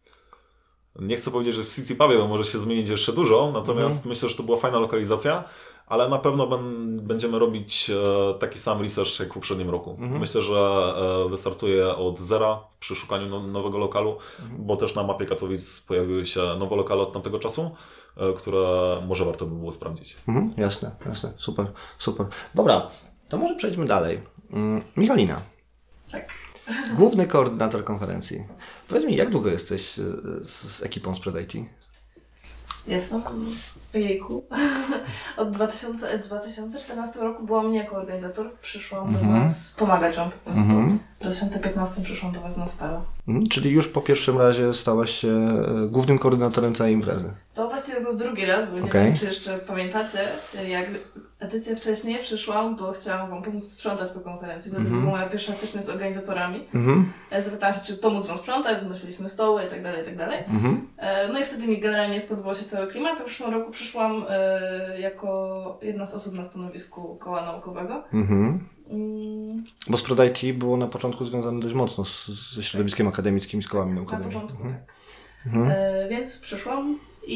Nie chcę powiedzieć, że w City Pubie, bo może się zmienić jeszcze dużo, natomiast Mhm. myślę, że to była fajna lokalizacja, ale na pewno ben, będziemy robić e, taki sam research jak w poprzednim roku. Mhm. Myślę, że e, wystartuję od zera przy szukaniu no, nowego lokalu, Mhm. bo też na mapie Katowic pojawiły się nowe lokale od tamtego czasu, e, które może warto by było sprawdzić. Mhm. Jasne, jasne. Super, super. Dobra, to może przejdźmy dalej. Mm, Michalina. Tak. Główny koordynator konferencji. Powiedz mi, jak długo jesteś y, z, z ekipą Spread I T? Jestem, ojejku, od dwa tysiące, dwa tysiące czternastego roku byłam nie jako organizator, przyszłam Mhm. do Was, pomagać Wam po prostu. Mhm. W dwa tysiące piętnastym przyszłam do Was na stałe. Mhm. Czyli już po pierwszym razie stałaś się y, głównym koordynatorem całej imprezy. To właściwie był drugi raz, bo nie Okej. wiem, czy jeszcze pamiętacie, jak edycję wcześniej przyszłam, bo chciałam Wam pomóc sprzątać po konferencji. Wtedy Mhm. była moja pierwsza styczność z organizatorami. Mhm. Ja zapytałam się, czy pomóc Wam sprzątać, wymyśliliśmy stoły i tak dalej, i tak dalej. Mhm. E, No i wtedy mi generalnie spodobał się cały klimat. W przyszłym roku przyszłam e, jako jedna z osób na stanowisku koła naukowego. Mhm. Mm, Bo Spread I T było na początku związane dość mocno z, ze środowiskiem akademickim i z kołami na naukowymi. początku, Mhm. tak. Mhm. E, więc przyszłam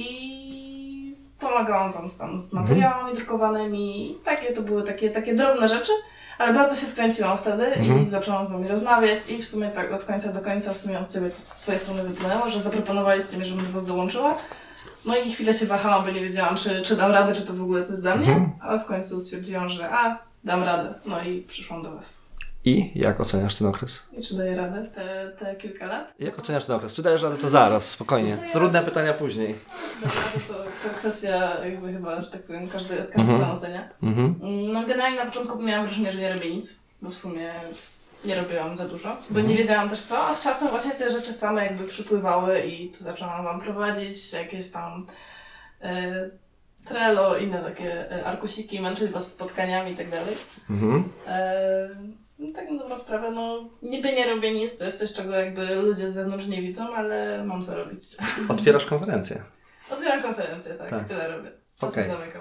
i pomagałam Wam z, tam, z materiałami drukowanymi. Takie to były takie, takie drobne rzeczy, ale bardzo się wkręciłam wtedy Mhm. i zaczęłam z Wami rozmawiać i w sumie tak od końca do końca w sumie od Ciebie, z Twojej strony wypłynęło, że zaproponowaliście mi, żebym do Was dołączyła. No i chwilę się wahałam, bo nie wiedziałam, czy, czy dam radę, czy to w ogóle coś dla mnie, Mhm. ale w końcu stwierdziłam, że a, dam radę. No i przyszłam do Was. I jak oceniasz ten okres? I czy daję radę te, te kilka lat? Jak oceniasz ten okres? Czy dajesz radę? To zaraz, spokojnie. Trudne pytania później. Czy dam radę, to, to kwestia jakby chyba, że tak powiem, każdy, każdy Mhm. sam ocenia. Mhm. No generalnie na początku miałam wrażenie, że nie robię nic, bo w sumie nie robiłam za dużo, bo Mhm. nie wiedziałam też co, a z czasem właśnie te rzeczy same jakby przypływały i tu zaczęłam Wam prowadzić jakieś tam e, Trello, inne takie e, arkusiki, męczyć Was spotkaniami i tak dalej. Mhm. E, no, tak na dobrą sprawę, no niby nie robię nic, to jest coś, czego jakby ludzie z zewnątrz nie widzą, ale mam co robić. Otwierasz konferencję. Otwieram konferencję, tak, Tak. tyle robię. Czasem Okej. zamykam.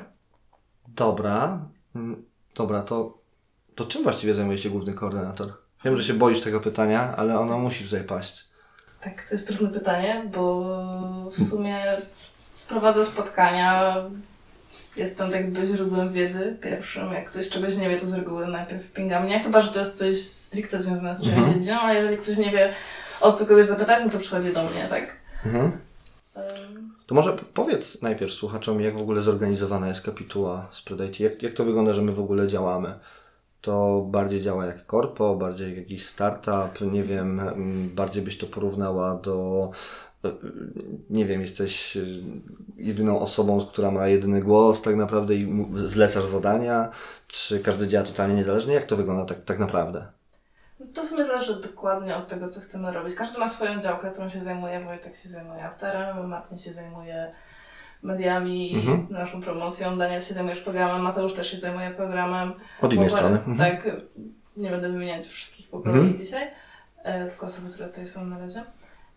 Dobra. Mm, Dobra, to, to czym właściwie zajmuje się główny koordynator? Wiem, że się boisz tego pytania, ale ono musi tutaj paść. Tak, to jest trudne pytanie, bo w sumie prowadzę spotkania, jestem tak jakby źródłem wiedzy pierwszym. Jak ktoś czegoś nie wie, to z reguły najpierw pinga mnie, chyba że to jest coś stricte związane z czymś Mhm. dziedziną, a jeżeli ktoś nie wie, o co kogoś zapytać, no to przychodzi do mnie, tak? Mhm. Um, To może powiedz najpierw słuchaczom, jak w ogóle zorganizowana jest kapituła Spread I T. Jak, jak to wygląda, że my w ogóle działamy? To bardziej działa jak korpo, bardziej jak jakiś startup, nie wiem, mm, bardziej byś to porównała do, e, nie wiem, jesteś e, jedyną osobą, która ma jedyny głos tak naprawdę i mu- zlecasz zadania, czy każdy działa totalnie niezależnie? Jak to wygląda tak, tak naprawdę? To w sumie zależy dokładnie od tego, co chcemy robić. Każdy ma swoją działkę, którą się zajmuje. Wojtek się zajmuje afterem, Martin się zajmuje mediami, Mhm. naszą promocją, Daniel się zajmuje już programem, Mateusz też się zajmuje programem. Od innej Bo- strony. Mhm. Tak, nie będę wymieniać wszystkich po kolei Mhm. dzisiaj, e, tylko osoby, które tutaj są na razie.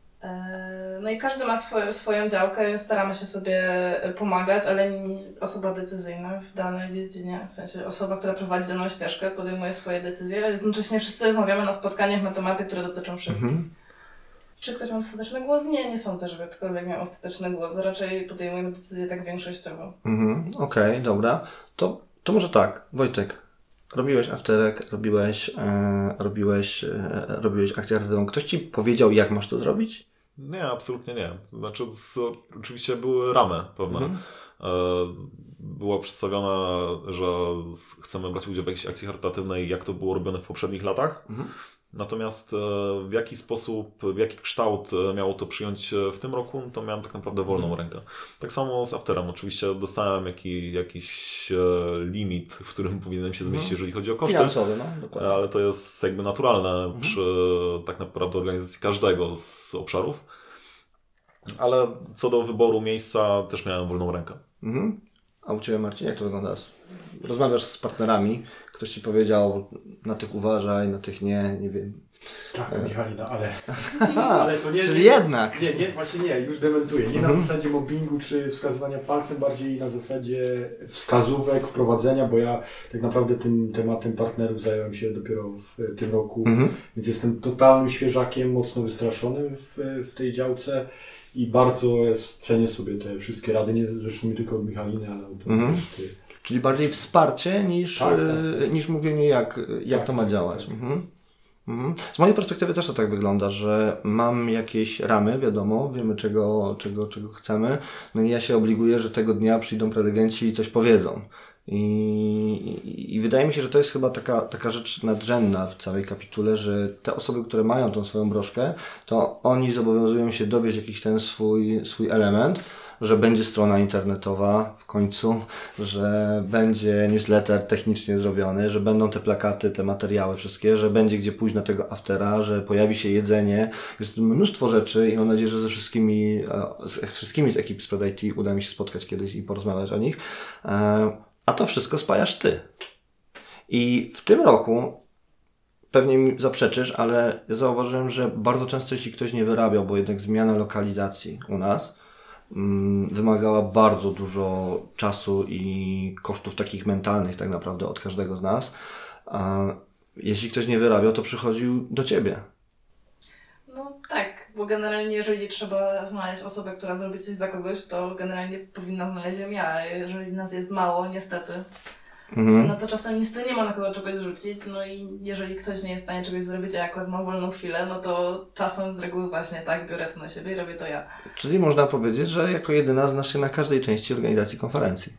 E, no i każdy ma swoją, swoją działkę, staramy się sobie pomagać, ale nie, osoba decyzyjna w danej dziedzinie, w sensie osoba, która prowadzi daną ścieżkę, podejmuje swoje decyzje, ale jednocześnie wszyscy rozmawiamy na spotkaniach na tematy, które dotyczą wszystkich. Mhm. Czy ktoś ma ostateczny głos? Nie, nie sądzę, żeby ktokolwiek miał ostateczny głos. Raczej podejmujemy decyzję tak większościowo. Mhm. Okej, dobra. To, to może tak, Wojtek. Robiłeś afterek, robiłeś, e, robiłeś, e, robiłeś akcję charytatywną. Ktoś Ci powiedział, jak masz to zrobić? Nie, absolutnie nie. To znaczy, z, oczywiście były ramy pewne. Mhm. E, Było przedstawione, że z- chcemy brać udział w jakiejś akcji charytatywnej, jak to było robione w poprzednich latach. Mhm. Natomiast e, w jaki sposób, w jaki kształt e, miało to przyjąć e, w tym roku, to miałem tak naprawdę wolną rękę. Tak samo z afterem. Oczywiście dostałem jaki, jakiś e, limit, w którym powinienem się zmieścić, jeżeli chodzi o koszty. Finansowy, no, dokładnie. Ale to jest jakby naturalne przy tak naprawdę organizacji każdego z obszarów. Ale co do wyboru miejsca też miałem wolną rękę. Mhm. A u Ciebie, Marcin, jak to wygląda? Rozmawiasz z partnerami, ktoś Ci powiedział, na tych uważaj, na tych nie, nie wiem. Tak, Michalina, ale, Aha, ale to nie... czyli nie, jednak. Nie, nie, właśnie nie, już dementuję. Nie Mhm. na zasadzie mobbingu czy wskazywania palcem, bardziej na zasadzie wskazówek, wprowadzenia, bo ja tak naprawdę tym tematem partnerów zająłem się dopiero w tym roku, Mhm. więc jestem totalnym świeżakiem, mocno wystraszonym w, w tej działce i bardzo cenię sobie te wszystkie rady, nie zresztą nie tylko od Michaliny, ale od Mhm. reszty. Czyli bardziej wsparcie niż, Tak, tak, e, niż mówienie, jak, jak Tak, to ma tak, działać. tak. Mhm. Mhm. Z mojej perspektywy też to tak wygląda, że mam jakieś ramy, wiadomo, wiemy czego, czego, czego chcemy, no i ja się obliguję, że tego dnia przyjdą prelegenci i coś powiedzą. I, i, I wydaje mi się, że to jest chyba taka, taka rzecz nadrzędna w całej kapitule, że te osoby, które mają tą swoją broszkę, to oni zobowiązują się dowieść jakiś ten swój, swój element, że będzie strona internetowa w końcu, że będzie newsletter technicznie zrobiony, że będą te plakaty, te materiały wszystkie, że będzie gdzie pójść na tego aftera, że pojawi się jedzenie. Jest mnóstwo rzeczy i mam nadzieję, że ze wszystkimi, z wszystkimi z ekip Spread I T uda mi się spotkać kiedyś i porozmawiać o nich. A to wszystko spajasz Ty. I w tym roku pewnie mi zaprzeczysz, ale ja zauważyłem, że bardzo często jeśli ktoś nie wyrabiał, bo jednak zmiana lokalizacji u nas wymagała bardzo dużo czasu i kosztów takich mentalnych tak naprawdę od każdego z nas. A jeśli ktoś nie wyrabiał, to przychodził do Ciebie. No tak, bo generalnie jeżeli trzeba znaleźć osobę, która zrobi coś za kogoś, to generalnie powinna znaleźć ją ja. Jeżeli nas jest mało, niestety, Mhm. no to czasem niestety nie ma na kogo czegoś zrzucić, no i jeżeli ktoś nie jest w stanie czegoś zrobić, a akurat mam wolną chwilę, no to czasem z reguły właśnie tak, biorę to na siebie i robię to ja. Czyli można powiedzieć, że jako jedyna znasz się na każdej części organizacji konferencji.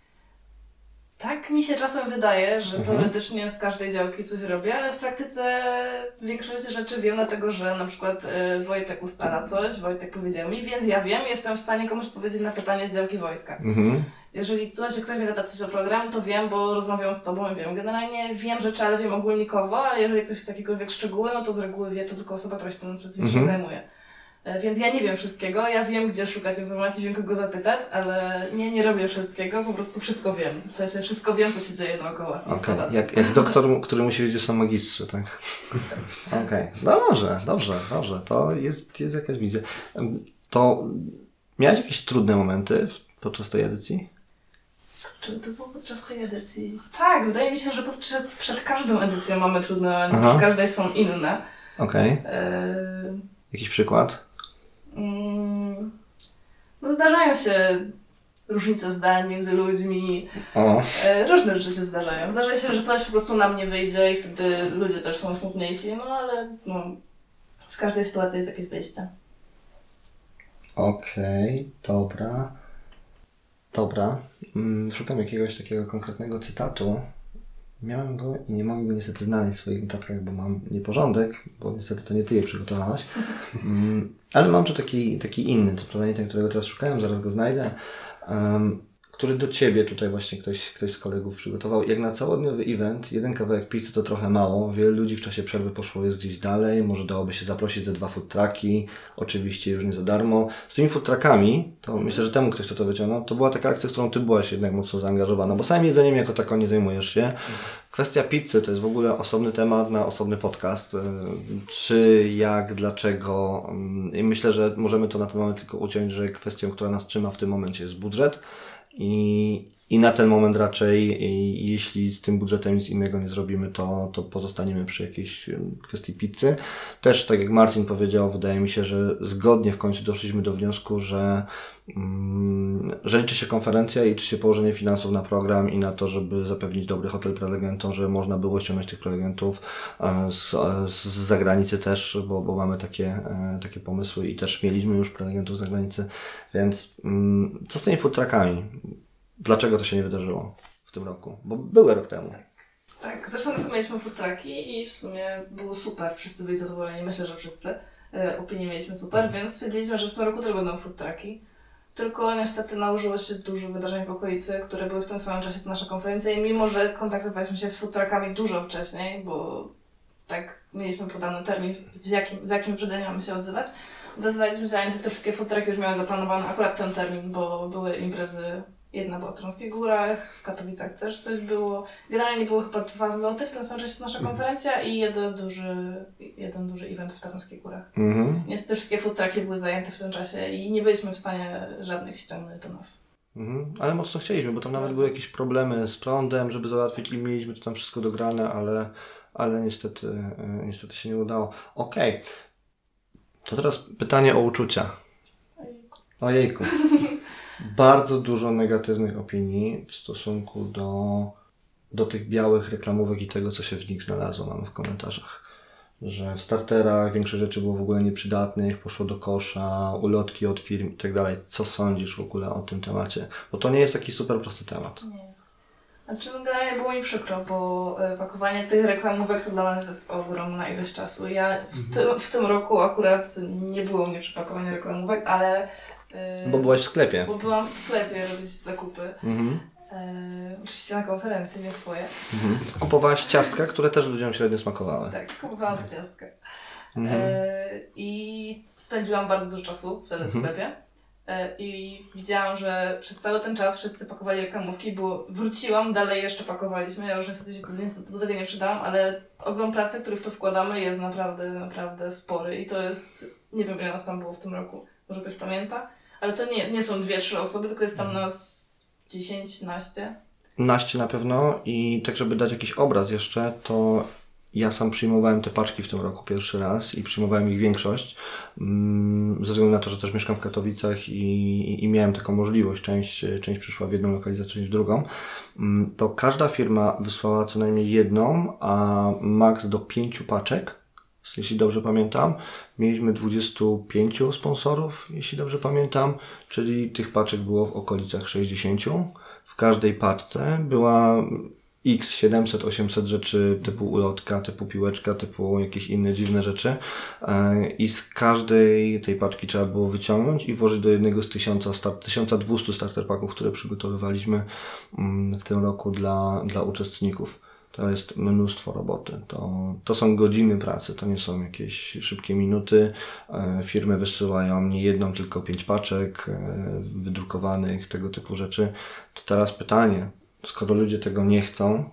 Tak mi się czasem wydaje, że Mhm. teoretycznie z każdej działki coś robię, ale w praktyce większość rzeczy wiem, dlatego że na przykład y, Wojtek ustala coś, Wojtek powiedział mi, więc ja wiem, jestem w stanie komuś powiedzieć na pytanie z działki Wojtka. Mhm. Jeżeli coś, ktoś mnie zada coś o program, to wiem, bo rozmawiam z Tobą i wiem. Generalnie wiem rzeczy, ale wiem ogólnikowo, ale jeżeli ktoś chce jakiekolwiek szczegóły, no to z reguły wie to tylko osoba, która się tym przez Mhm. zajmuje. E, Więc ja nie wiem wszystkiego, ja wiem, gdzie szukać informacji, wiem, kogo zapytać, ale nie, nie robię wszystkiego, po prostu wszystko wiem. W sensie wszystko wiem, co się dzieje dookoła. Nic Okej, ponad. jak, jak doktor, który musi wiedzieć, że są magistrze, tak? Okej, no dobrze, dobrze, dobrze, to jest, jest jakaś wizja. To miałeś jakieś trudne momenty w, podczas tej edycji? Czy to było podczas tej edycji? Tak, wydaje mi się, że podczas, przed każdą edycją mamy trudne momenty, Aha. przy każdej są inne. Okej, E, jakiś przykład? Mm, No zdarzają się różnice zdań między ludźmi, O, e, różne rzeczy się zdarzają. Zdarza się, że coś po prostu nam nie wyjdzie i wtedy ludzie też są smutniejsi, no ale no, z każdej sytuacji jest jakieś wyjście. okej, dobra. Dobra, mm, szukam jakiegoś takiego konkretnego cytatu. Miałem go i nie mogę go niestety znaleźć w swoich notatkach, bo mam nieporządek, bo niestety to nie Ty je przygotowałaś. Mm, ale mam tu taki, taki inny, to prawda nie ten, którego teraz szukałem, zaraz go znajdę, um, który do Ciebie tutaj właśnie ktoś, ktoś z kolegów przygotował. Jak na całodniowy event, jeden kawałek pizzy to trochę mało. Wiele ludzi w czasie przerwy poszło jest gdzieś dalej, może dałoby się zaprosić ze dwa food trucki, oczywiście już nie za darmo. Z tymi food truckami, to myślę, że temu ktoś to, to wyciągnął, to była taka akcja, w którą Ty byłaś jednak mocno zaangażowana, bo samym jedzeniem jako tako nie zajmujesz się. Kwestia pizzy to jest w ogóle osobny temat na osobny podcast. Y, Czy, jak, dlaczego. I myślę, że możemy to na ten moment tylko uciąć, że kwestią, która nas trzyma w tym momencie jest budżet. I, I na ten moment raczej, i, jeśli z tym budżetem nic innego nie zrobimy, to, to pozostaniemy przy jakiejś kwestii pizzy. Też, tak jak Marcin powiedział, wydaje mi się, że zgodnie w końcu doszliśmy do wniosku, że, mm, że liczy się konferencja i liczy się położenie finansów na program i na to, żeby zapewnić dobry hotel prelegentom, że można było ściągnąć tych prelegentów z, z zagranicy też, bo, bo mamy takie, takie pomysły i też mieliśmy już prelegentów z zagranicy. Więc mm, co z tymi food truckami? Dlaczego to się nie wydarzyło w tym roku? Bo były rok temu. Tak, zresztą tylko mieliśmy food trucki i w sumie było super, wszyscy byli zadowoleni, myślę, że wszyscy. E, Opinie mieliśmy super, więc stwierdziliśmy, że w tym roku też będą food trucki. Tylko niestety nałożyło się dużo wydarzeń w okolicy, które były w tym samym czasie co nasza konferencja i mimo, że kontaktowaliśmy się z food truckami dużo wcześniej, bo tak mieliśmy podany termin, w jakim, z jakim wyprzedzeniem mamy się odzywać, odezwaliśmy się, a niestety wszystkie food trucki już miały zaplanowany akurat ten termin, bo były imprezy. Jedna była w Tarnowskich Górach, w Katowicach też coś było. Generalnie były chyba dwa zloty, w tym samym czasie nasza konferencja i jeden duży, jeden duży event w Tarnowskich Górach. Mhm. Niestety wszystkie food trucki były zajęte w tym czasie i nie byliśmy w stanie żadnych ściągnąć do nas. Mhm. Ale mocno chcieliśmy, bo tam nawet były jakieś problemy z prądem, żeby załatwić i mieliśmy to tam wszystko dograne, ale, ale niestety, niestety się nie udało. Okej. Okay. To teraz pytanie o uczucia. Ojejku. Bardzo dużo negatywnych opinii w stosunku do, do tych białych reklamówek i tego, co się w nich znalazło, mamy w komentarzach. Że w starterach większość rzeczy było w ogóle nieprzydatnych, poszło do kosza, ulotki od firm i tak dalej. Co sądzisz w ogóle o tym temacie? Bo to nie jest taki super prosty temat. Nie jest. Znaczy, no generalnie było mi przykro, bo y, pakowanie tych reklamówek to dla nas jest ogromna ilość czasu. Ja w, ty, w tym roku akurat nie było mnie przepakowania reklamówek, ale Yy, bo byłaś w sklepie. Bo byłam w sklepie robić zakupy. Mhm. Yy, oczywiście na konferencji, nie swoje. Mhm. Kupowałaś ciastka, które też ludziom średnio smakowały. Tak, kupowałam ciastka. Mhm. Yy, I spędziłam bardzo dużo czasu wtedy w sklepie. Yy, I widziałam, że przez cały ten czas wszyscy pakowali reklamówki, bo wróciłam, dalej jeszcze pakowaliśmy. Ja już niestety, niestety do tego nie przydałam, ale ogrom pracy, który w to wkładamy, jest naprawdę, naprawdę spory. I to jest, nie wiem ile nas tam było w tym roku. Może ktoś pamięta? Ale to nie, nie są dwie, trzy osoby, tylko jest tam nas dziesięć, naście. Naście na pewno i tak, żeby dać jakiś obraz jeszcze, to ja sam przyjmowałem te paczki w tym roku pierwszy raz i przyjmowałem ich większość. Ze względu na to, że też mieszkam w Katowicach i, i, i miałem taką możliwość, część, część przyszła w jedną lokalizację, część w drugą, to każda firma wysłała co najmniej jedną, a maks do pięciu paczek. Jeśli dobrze pamiętam, mieliśmy dwudziestu pięciu sponsorów, jeśli dobrze pamiętam, czyli tych paczek było w okolicach sześćdziesięciu. W każdej paczce była x siedemset osiemset rzeczy typu ulotka, typu piłeczka, typu jakieś inne dziwne rzeczy i z każdej tej paczki trzeba było wyciągnąć i włożyć do jednego z tysiąca dwustu starter packów, które przygotowywaliśmy w tym roku dla, dla uczestników. To jest mnóstwo roboty. To, to są godziny pracy, to nie są jakieś szybkie minuty. E, firmy wysyłają nie jedną, tylko pięć paczek e, wydrukowanych, tego typu rzeczy. To teraz pytanie, skoro ludzie tego nie chcą,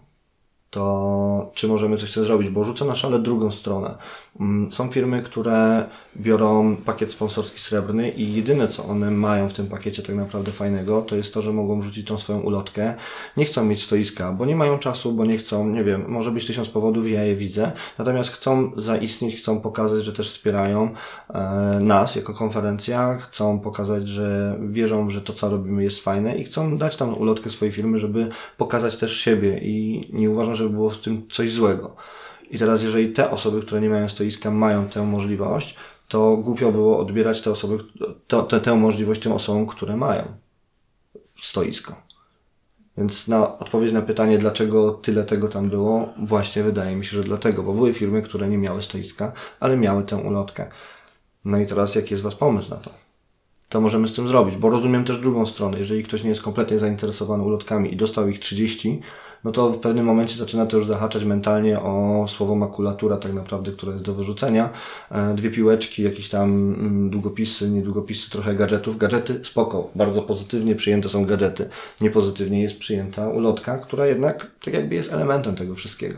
to czy możemy coś z tym zrobić? Bo rzucę na szale drugą stronę. Są firmy, które biorą pakiet sponsorski srebrny i jedyne, co one mają w tym pakiecie tak naprawdę fajnego, to jest to, że mogą wrzucić tą swoją ulotkę. Nie chcą mieć stoiska, bo nie mają czasu, bo nie chcą, nie wiem, może być tysiąc powodów, ja je widzę. Natomiast chcą zaistnieć, chcą pokazać, że też wspierają e, nas jako konferencja, chcą pokazać, że wierzą, że to, co robimy, jest fajne i chcą dać tam ulotkę swojej firmy, żeby pokazać też siebie i nie uważam, żeby było w tym coś złego. I teraz, jeżeli te osoby, które nie mają stoiska, mają tę możliwość, to głupio było odbierać te osoby, to, te, tę możliwość tym osobom, które mają stoisko. Więc na odpowiedź na pytanie, dlaczego tyle tego tam było, właśnie wydaje mi się, że dlatego, bo były firmy, które nie miały stoiska, ale miały tę ulotkę. No i teraz jaki jest Was pomysł na to? Co możemy z tym zrobić? Bo rozumiem też drugą stronę. Jeżeli ktoś nie jest kompletnie zainteresowany ulotkami i dostał ich trzydzieści, no to w pewnym momencie zaczyna to już zahaczać mentalnie o słowo makulatura tak naprawdę, które jest do wyrzucenia. Dwie piłeczki, jakieś tam długopisy, nie długopisy, trochę gadżetów. Gadżety spoko, bardzo pozytywnie przyjęte są gadżety. Niepozytywnie jest przyjęta ulotka, która jednak tak jakby jest elementem tego wszystkiego.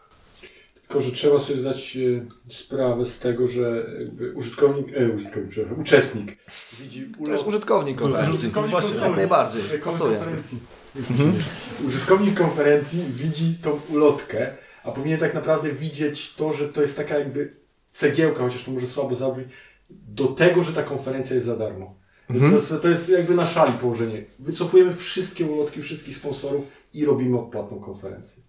Tylko, że trzeba sobie zdać e, sprawę z tego, że jakby użytkownik, e, użytkownik, przepraszam, uczestnik widzi ulotkę. To jest użytkownik konferencji. Konferencji. Jak najbardziej. Konferencji. Mhm. Użytkownik konferencji widzi tą ulotkę, a powinien tak naprawdę widzieć to, że to jest taka jakby cegiełka, chociaż to może słabo zabrzmi, do tego, że ta konferencja jest za darmo. Mhm. To, jest, to jest jakby na szali położenie. Wycofujemy wszystkie ulotki, wszystkich sponsorów i robimy odpłatną konferencję.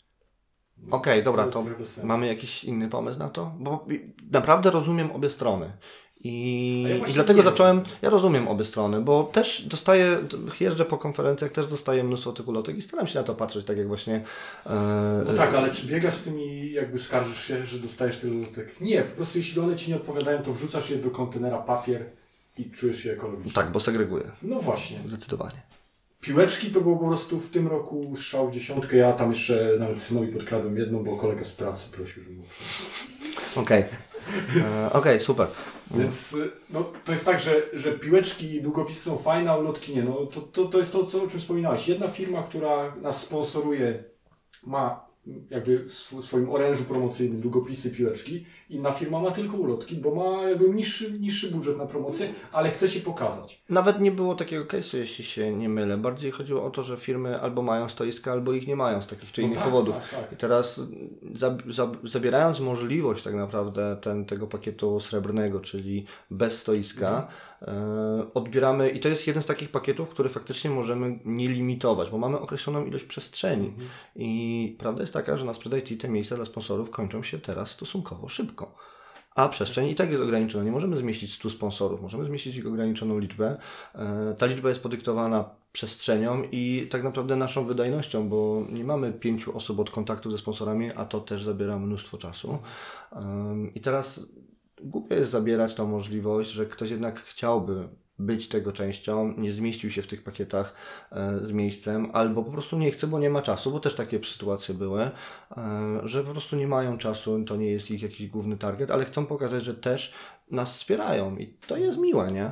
Okej, okay, dobra, to mamy jakiś inny pomysł na to? Bo naprawdę rozumiem obie strony. I, ja I dlatego zacząłem, ja rozumiem obie strony, bo też dostaję, jeżdżę po konferencjach, też dostaję mnóstwo tych ulotek i staram się na to patrzeć, tak jak właśnie... E, no tak, ale czy biegasz z tym i jakby skarżysz się, że dostajesz tych ulotek? Nie, po prostu jeśli one Ci nie odpowiadają, to wrzucasz je do kontenera papier i czujesz się ekologicznie. Tak, bo segreguję. No właśnie. Zdecydowanie. Piłeczki to było po prostu w tym roku strzał w dziesiątkę, ja tam jeszcze nawet synowi podkradłem jedną, bo kolega z pracy prosił, żeby mu przyniósł. Okej, okay. Okej, okay, super. Więc no, to jest tak, że, że piłeczki i długopisy są fajne, a ulotki nie. No, to, to, to jest to, co, o czym wspominałeś. Jedna firma, która nas sponsoruje, ma jakby w swoim orężu promocyjnym długopisy, piłeczki. Inna firma ma tylko ulotki, bo ma jakby niższy, niższy budżet na promocję, ale chce się pokazać. Nawet nie było takiego case'u, jeśli się nie mylę. Bardziej chodziło o to, że firmy albo mają stoiska, albo ich nie mają z takich czy No innych tak, powodów. tak, tak. I teraz za, za, zabierając możliwość tak naprawdę ten, tego pakietu srebrnego, czyli bez stoiska, mhm. e, odbieramy, i to jest jeden z takich pakietów, który faktycznie możemy nie limitować, bo mamy określoną ilość przestrzeni. Mhm. I prawda jest taka, że na Sprzedaj T te miejsca dla sponsorów kończą się teraz stosunkowo szybko. A przestrzeń i tak jest ograniczona. Nie możemy zmieścić stu sponsorów, możemy zmieścić ich ograniczoną liczbę. Ta liczba jest podyktowana przestrzenią i tak naprawdę naszą wydajnością, bo nie mamy pięciu osób od kontaktu ze sponsorami, a to też zabiera mnóstwo czasu. I teraz głupio jest zabierać tą możliwość, że ktoś jednak chciałby być tego częścią, nie zmieścił się w tych pakietach e, z miejscem, albo po prostu nie chce, bo nie ma czasu, bo też takie sytuacje były, e, że po prostu nie mają czasu, to nie jest ich jakiś główny target, ale chcą pokazać, że też nas wspierają i to jest miłe, nie?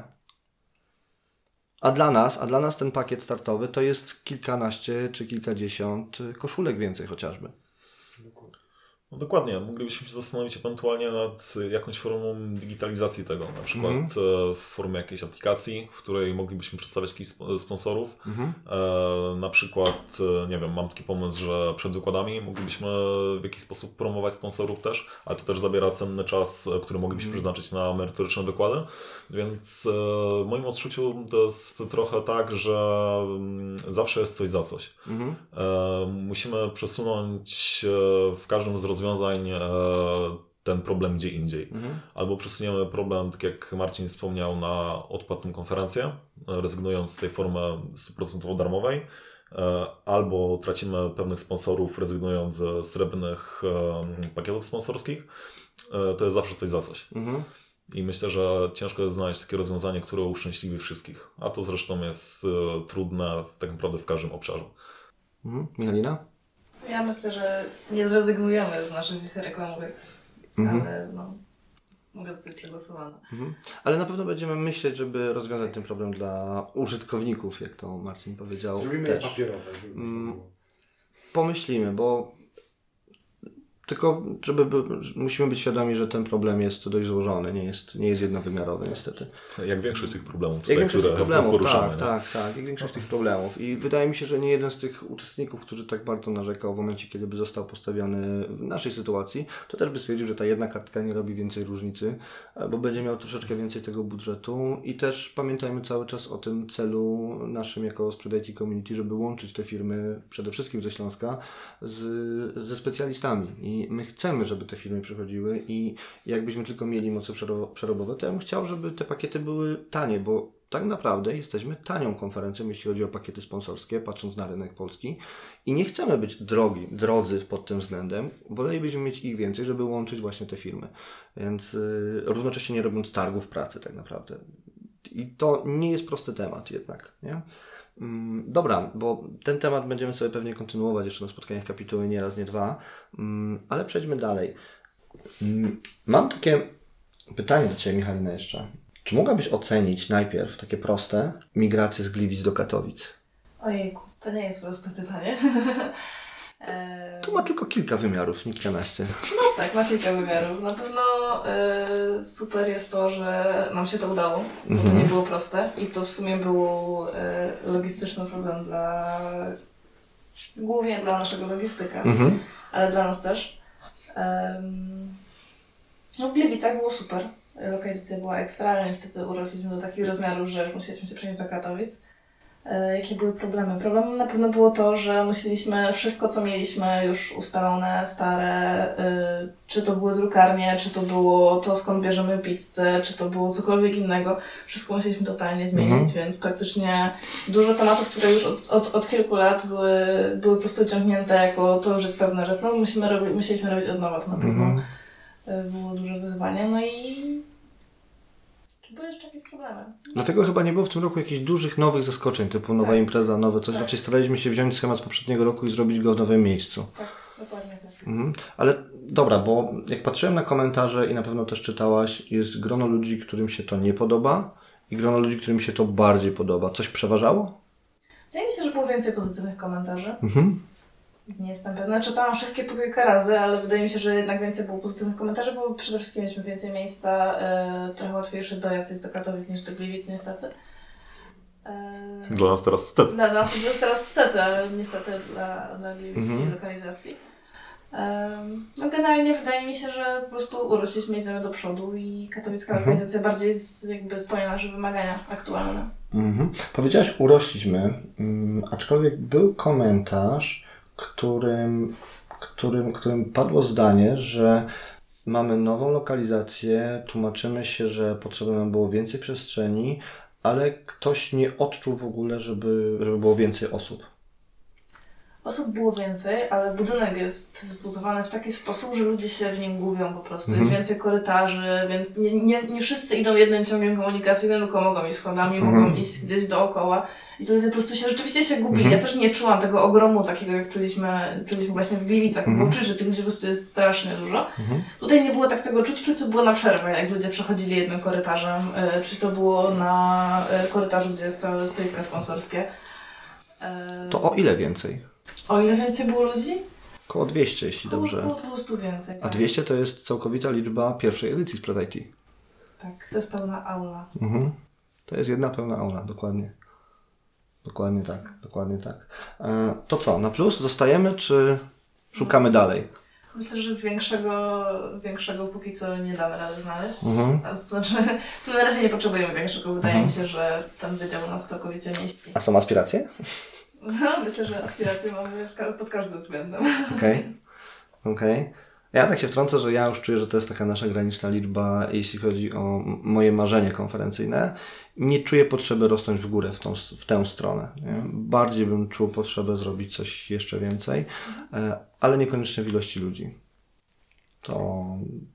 A dla nas, a dla nas ten pakiet startowy to jest kilkanaście czy kilkadziesiąt koszulek więcej chociażby. No dokładnie, moglibyśmy się zastanowić ewentualnie nad jakąś formą digitalizacji tego, na przykład mm. w formie jakiejś aplikacji, w której moglibyśmy przedstawiać jakichś sponsorów. Mm. E, na przykład, nie wiem, mam taki pomysł, że przed wykładami moglibyśmy w jakiś sposób promować sponsorów też, ale to też zabiera cenny czas, który moglibyśmy mm. przeznaczyć na merytoryczne wykłady, więc e, w moim odczuciu to jest trochę tak, że zawsze jest coś za coś. Mm. E, musimy przesunąć w każdym z rozwiązań ten problem gdzie indziej. Mhm. Albo przesuniemy problem, tak jak Marcin wspomniał, na odpłatną konferencję, rezygnując z tej formy stu procentów darmowej, albo tracimy pewnych sponsorów, rezygnując ze srebrnych pakietów sponsorskich. To jest zawsze coś za coś. Mhm. I myślę, że ciężko jest znaleźć takie rozwiązanie, które uszczęśliwi wszystkich. A to zresztą jest trudne tak naprawdę w każdym obszarze. Mhm. Michalina? Ja myślę, że nie zrezygnujemy z naszych reklamowych, mhm. ale no, mogę zostać przegłosowana. Mhm. Ale na pewno będziemy myśleć, żeby rozwiązać ten problem dla użytkowników, jak to Marcin powiedział. Zrobimy też. je papierowe. Mm, pomyślimy, bo tylko żeby by, musimy być świadomi, że ten problem jest dość złożony, nie jest, nie jest jednowymiarowy niestety. Jak większość tych problemów, tutaj, jak większość które tych problemów, poruszamy. Tak, tak, tak, jak większość tych problemów. I wydaje mi się, że nie jeden z tych uczestników, który tak bardzo narzekał w momencie, kiedy by został postawiony w naszej sytuacji, to też by stwierdził, że ta jedna kartka nie robi więcej różnicy, bo będzie miał troszeczkę więcej tego budżetu i też pamiętajmy cały czas o tym celu naszym jako Sprzedaj T Community, żeby łączyć te firmy przede wszystkim ze Śląska z, ze specjalistami. I my chcemy, żeby te firmy przychodziły i jakbyśmy tylko mieli moce przerobowe, to ja bym chciał, żeby te pakiety były tanie, bo tak naprawdę jesteśmy tanią konferencją, jeśli chodzi o pakiety sponsorskie, patrząc na rynek polski i nie chcemy być drogi, drodzy pod tym względem. Wolelibyśmy mieć ich więcej, żeby łączyć właśnie te firmy. Więc yy, równocześnie nie robiąc targów pracy tak naprawdę. I to nie jest prosty temat jednak, nie? Dobra, bo ten temat będziemy sobie pewnie kontynuować jeszcze na spotkaniach kapituły nie raz, nie dwa, ale przejdźmy dalej. Mam takie pytanie do Ciebie, Michalina, jeszcze. Czy mogłabyś ocenić najpierw takie proste migrację z Gliwic do Katowic? Ojejku, to nie jest proste pytanie. To ma tylko kilka wymiarów, nie kilkanaście. No tak, ma kilka wymiarów. Na pewno y, super jest to, że nam się to udało, bo mm-hmm. to nie było proste i to w sumie był y, logistyczny problem dla, głównie dla naszego logistyka, mm-hmm. ale dla nas też. Um, no w Gliwicach było super, lokalizacja była ekstra, ale niestety urośliśmy do takich rozmiarów, że już musieliśmy się przenieść do Katowic. Jakie były problemy? Problemem na pewno było to, że musieliśmy wszystko, co mieliśmy już ustalone, stare, yy, czy to były drukarnie, czy to było to, skąd bierzemy pizzę, czy to było cokolwiek innego, wszystko musieliśmy totalnie zmienić, mhm. więc praktycznie dużo tematów, które już od, od, od kilku lat były, były po prostu ciągnięte jako to już jest pewne, że no, musimy robić, musieliśmy robić od nowa, to na pewno mhm. było duże wyzwanie. No i były jeszcze jakieś problemy. Dlatego chyba nie było w tym roku jakichś dużych, nowych zaskoczeń, typu nowa tak. impreza, nowe coś. Tak. Raczej staraliśmy się wziąć schemat z poprzedniego roku i zrobić go w nowym miejscu. Tak, Dokładnie tak. Mhm. Ale dobra, bo jak patrzyłem na komentarze i na pewno też czytałaś, jest grono ludzi, którym się to nie podoba i grono ludzi, którym się to bardziej podoba. Coś przeważało? Wydaje mi się, że było więcej pozytywnych komentarzy. Mhm. Nie jestem pewna. Czytałam wszystkie po kilka razy, ale wydaje mi się, że jednak więcej było pozytywnych komentarzy, bo przede wszystkim mieliśmy więcej miejsca, e, trochę łatwiejszy dojazd jest do Katowic niż do Gliwic niestety. E, Dla nas teraz stety. Dla nas to teraz stety, ale niestety dla, dla gliwickiej Mhm. lokalizacji. Um, no generalnie wydaje mi się, że po prostu urośliśmy, idziemy do przodu i katowicka Mhm. lokalizacja bardziej z, jakby spełnia nasze wymagania aktualne. Mhm. Powiedziałaś urośliśmy, um, aczkolwiek był komentarz, którym, którym, którym padło zdanie, że mamy nową lokalizację, tłumaczymy się, że potrzeba nam było więcej przestrzeni, ale ktoś nie odczuł w ogóle, żeby, żeby było więcej osób. Osób było więcej, ale budynek jest zbudowany w taki sposób, że ludzie się w nim gubią po prostu. Mhm. Jest więcej korytarzy, więc nie, nie, nie wszyscy idą jednym ciągiem komunikacyjnym, tylko mogą iść schodami, Mhm. mogą iść gdzieś dookoła. I to ludzie po prostu się rzeczywiście się gubili. Mhm. Ja też nie czułam tego ogromu takiego, jak czuliśmy, czuliśmy właśnie w Gliwicach. Mhm. Było czuć, że tych ludzi po prostu jest strasznie dużo. Mhm. Tutaj nie było tak tego czuć, czuć to było na przerwę, jak ludzie przechodzili jednym korytarzem. Y, Czy to było na y, korytarzu, gdzie jest to stoiska sponsorskie. Y, To o ile więcej? O ile więcej było ludzi? Około dwieście, jeśli Było, dobrze. było dwustu więcej. A tak. dwieście to jest całkowita liczba pierwszej edycji Spread I T. Tak, to jest pełna aula. Mhm. To jest jedna pełna aula, dokładnie. Dokładnie tak, dokładnie tak. E, to co, na plus zostajemy, czy szukamy dalej? Myślę, że większego, większego póki co nie damy rady znaleźć. Mhm. A to znaczy, co na razie nie potrzebujemy większego. Wydaje Mhm. mi się, że ten wydział nas całkowicie mieści. A są aspiracje? No, myślę, że aspiracje mamy w ka- pod każdym względem. Okej. Okej. Ja tak się wtrącę, że ja już czuję, że to jest taka nasza graniczna liczba, jeśli chodzi o m- moje marzenie konferencyjne. Nie czuję potrzeby rosnąć w górę w, tą, s- w tę stronę. Nie? Bardziej bym czuł potrzebę zrobić coś jeszcze więcej, e, ale niekoniecznie w ilości ludzi. To...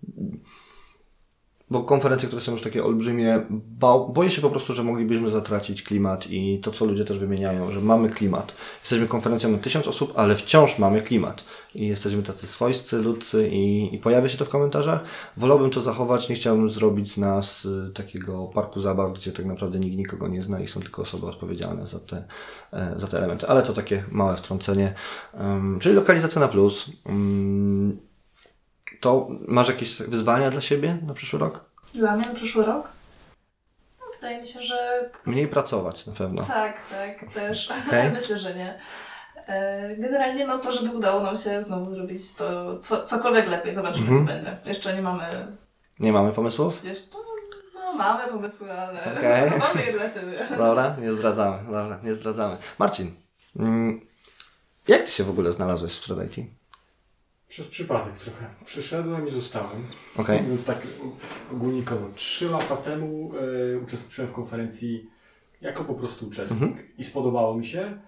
Bo konferencje, które są już takie olbrzymie, ba- boję się po prostu, że moglibyśmy zatracić klimat i to, co ludzie też wymieniają, że mamy klimat. Jesteśmy konferencją na tysiąc osób, ale wciąż mamy klimat. I jesteśmy tacy swojscy, ludcy i, i pojawia się to w komentarzach. Wolałbym to zachować, nie chciałbym zrobić z nas y, takiego parku zabaw, gdzie tak naprawdę nikt nikogo nie zna i są tylko osoby odpowiedzialne za te, e, za te elementy. Ale to takie małe wtrącenie. Um, czyli lokalizacja na plus. Um, To masz jakieś wyzwania dla siebie na przyszły rok? Dla mnie na przyszły rok? No, wydaje mi się, że Mniej pracować na pewno. tak, tak, też. Okej. Myślę, że nie. E, Generalnie no to, żeby udało nam się znowu zrobić to co, cokolwiek lepiej. Zobaczymy, Mhm. co będzie. Jeszcze nie mamy... Nie mamy pomysłów? Jeszcze, no mamy pomysły, ale Okej. mamy je dla siebie. Dobra, nie zdradzamy. Dobra, nie zdradzamy. Marcin, mm, jak ty się w ogóle znalazłeś w Spread I T? Przez przypadek trochę. Przyszedłem i zostałem. Okej. Więc tak ogólnikowo. Trzy lata temu e, uczestniczyłem w konferencji jako po prostu uczestnik Mhm. i spodobało mi się.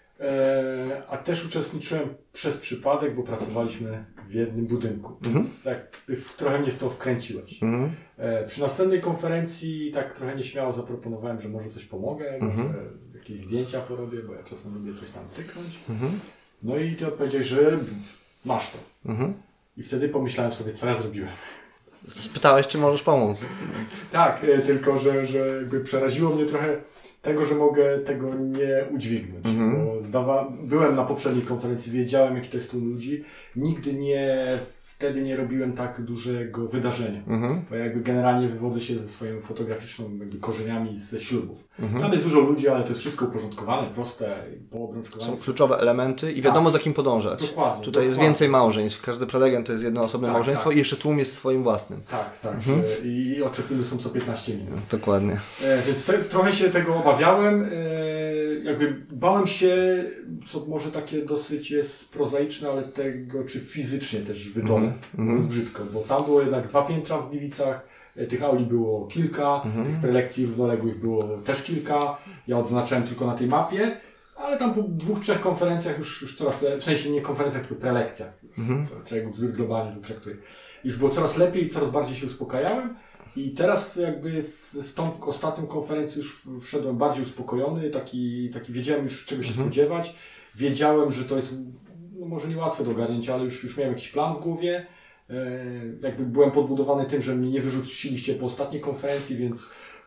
E, a też uczestniczyłem przez przypadek, bo pracowaliśmy w jednym budynku. Mhm. Więc jakby w, trochę mnie w to wkręciłeś. Mhm. E, przy następnej konferencji tak trochę nieśmiało zaproponowałem, że może coś pomogę, Mhm. może jakieś zdjęcia porobię, bo ja czasem lubię coś tam cyknąć. Mhm. No i ty odpowiedziałeś, że masz to. Mhm. I wtedy pomyślałem sobie, co ja zrobiłem. Spytałeś, czy możesz pomóc. Tak, e, tylko że, że jakby przeraziło mnie trochę tego, że mogę tego nie udźwignąć. Mhm. Bo zdawa... byłem na poprzedniej konferencji, wiedziałem, jaki to jest tłum ludzi. Nigdy nie, wtedy nie robiłem tak dużego wydarzenia. Mhm. Bo jakby generalnie wywodzę się ze swoją fotograficzną jakby korzeniami ze ślubów. Mhm. Tam jest dużo ludzi, ale to jest wszystko uporządkowane, proste, poobrączkowane. Są kluczowe elementy i wiadomo, za kim podążać. Dokładnie. Tutaj jest dokładnie. więcej małżeństw. Każdy prelegent to jest jednoosobne Tak, małżeństwo tak. i jeszcze tłum jest swoim własnym. Tak, tak. Mhm. E, I oczepiny są co piętnaście minut. Dokładnie. E, więc te, trochę się tego obawiałem. E, jakby bałem się, co może takie dosyć jest prozaiczne, ale tego, czy fizycznie też wydolę. Mhm, mhm. Mówiąc brzydko, bo tam było jednak dwa piętra w Gliwicach, e, tych auli było kilka, Mhm. tych prelekcji równoległych było też kilka. Ja odznaczałem tylko na tej mapie, ale tam po dwóch, trzech konferencjach już, już coraz lepiej, w sensie nie konferencjach, tylko prelekcjach. Mhm. Tregut zbyt globalnie to traktuję. Już było coraz lepiej, coraz bardziej się uspokajałem. I teraz jakby w, w tą ostatnią konferencję już wszedłem bardziej uspokojony, taki, taki wiedziałem już czego się Mhm. spodziewać. Wiedziałem, że to jest no może niełatwe do ogarnięcia, ale już, już miałem jakiś plan w głowie. E, jakby byłem podbudowany tym, że mnie nie wyrzuciliście po ostatniej konferencji, więc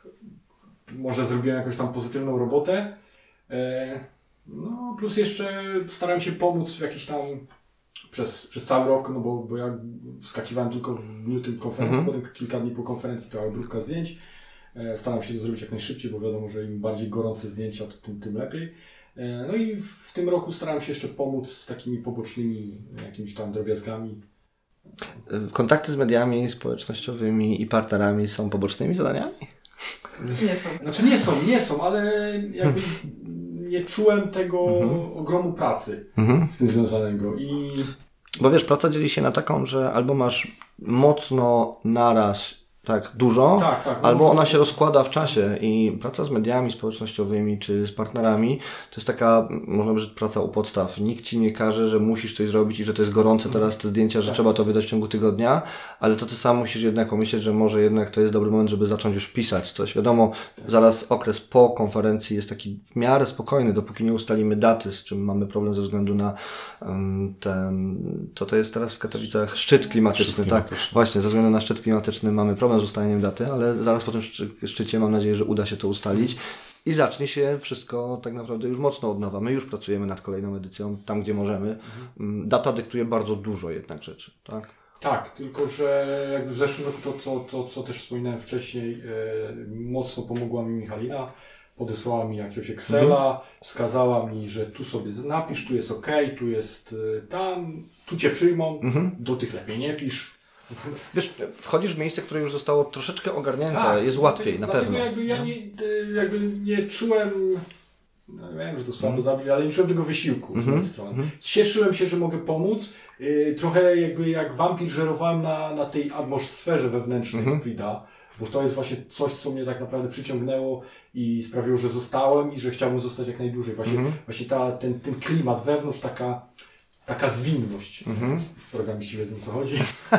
może zrobiłem jakąś tam pozytywną robotę. E, no plus jeszcze starałem się pomóc w jakiś tam przez, przez cały rok, no bo, bo ja wskakiwałem tylko w dniu tej konferencji, mm-hmm. potem kilka dni po konferencji to obróbka zdjęć. E, staram się to zrobić jak najszybciej, bo wiadomo, że im bardziej gorące zdjęcia, to tym, tym lepiej. E, no i w tym roku staram się jeszcze pomóc z takimi pobocznymi jakimiś tam drobiazgami. Kontakty z mediami społecznościowymi i partnerami są pobocznymi zadaniami? Nie są. Znaczy nie są, nie są, ale jakby nie czułem tego mm-hmm. ogromu pracy mm-hmm. z tym związanego. I... Bo wiesz, praca dzieli się na taką, że albo masz mocno naraz tak dużo, tak, tak, albo ona się rozkłada w czasie i praca z mediami społecznościowymi czy z partnerami to jest taka, można powiedzieć, praca u podstaw. Nikt ci nie każe, że musisz coś zrobić i że to jest gorące teraz te zdjęcia, że tak. trzeba to wydać w ciągu tygodnia, ale to ty sam musisz jednak pomyśleć, że może jednak to jest dobry moment, żeby zacząć już pisać coś. Wiadomo, zaraz okres po konferencji jest taki w miarę spokojny, dopóki nie ustalimy daty, z czym mamy problem ze względu na um, ten, co to jest teraz w Katowicach? Szczyt klimatyczny, szczyt tak. Klimatyczny. Właśnie, ze względu na szczyt klimatyczny mamy problem z ustaleniem daty, ale zaraz po tym szczycie mam nadzieję, że uda się to ustalić i zacznie się wszystko tak naprawdę już mocno od nowa. My już pracujemy nad kolejną edycją, tam gdzie możemy. Mhm. Data dyktuje bardzo dużo jednak rzeczy, tak? Tak, tylko że jakby w zeszłym roku to, to, to co też wspominałem wcześniej, e, mocno pomogła mi Michalina. Podesłała mi jakiegoś Excela, mhm. wskazała mi, że tu sobie napisz, tu jest OK, tu jest tam, tu cię przyjmą, mhm. do tych lepiej nie pisz. Wiesz, wchodzisz w miejsce, które już zostało troszeczkę ogarnięte, tak, jest łatwiej, na dlatego pewno. Dlatego jakby ja nie, jakby nie czułem, no wiem, że to słabo mm. zabrzmi, ale nie czułem tego wysiłku mm-hmm. z mojej strony. Mm-hmm. Cieszyłem się, że mogę pomóc. Yy, trochę jakby jak wampir żerowałem na, na tej atmosferze wewnętrznej mm-hmm. Splita, bo to jest właśnie coś, co mnie tak naprawdę przyciągnęło i sprawiło, że zostałem i że chciałbym zostać jak najdłużej. Właśnie, mm-hmm. właśnie ta, ten, ten klimat wewnątrz, taka Taka zwinność. Mhm. Programiści wiedzą, co chodzi.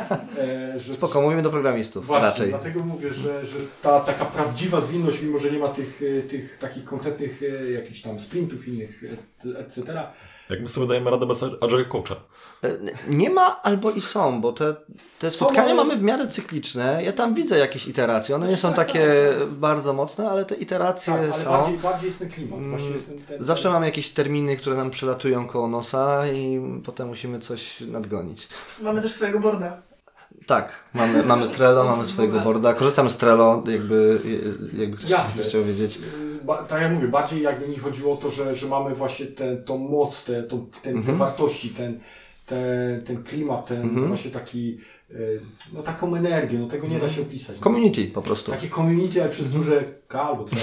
E, że Spoko, mówimy do programistów. Właśnie, raczej. Dlatego mówię, że, że ta taka prawdziwa zwinność, mimo że nie ma tych, tych takich konkretnych jakichś tam sprintów innych, et cetera. Jak my sobie dajemy radę bez Agile Coacha? Nie ma albo i są, bo te, te spotkania są, mamy w miarę cykliczne. Ja tam widzę jakieś iteracje. One nie są tak, takie tak, tak. bardzo mocne, ale te iteracje tak, ale są. Bardziej, bardziej jest ten klimat. Właśnie jest ten, ten, Zawsze mamy jakieś terminy, które nam przelatują koło nosa i potem musimy coś nadgonić. Mamy też swojego boarda. Tak, mamy, mamy Trello, mamy swojego boarda. Korzystam z Trello, jakby, jakby ktoś Jasne. chciał wiedzieć. Ba, tak jak mówię, bardziej jakby mi chodziło o to, że, że mamy właśnie tę tą moc, te, tą, ten, mhm. te wartości, ten, ten, ten klimat, ten mhm. właśnie taki, no taką energię, no tego nie da się opisać. Community po prostu. Takie community, ale przez duże K albo C.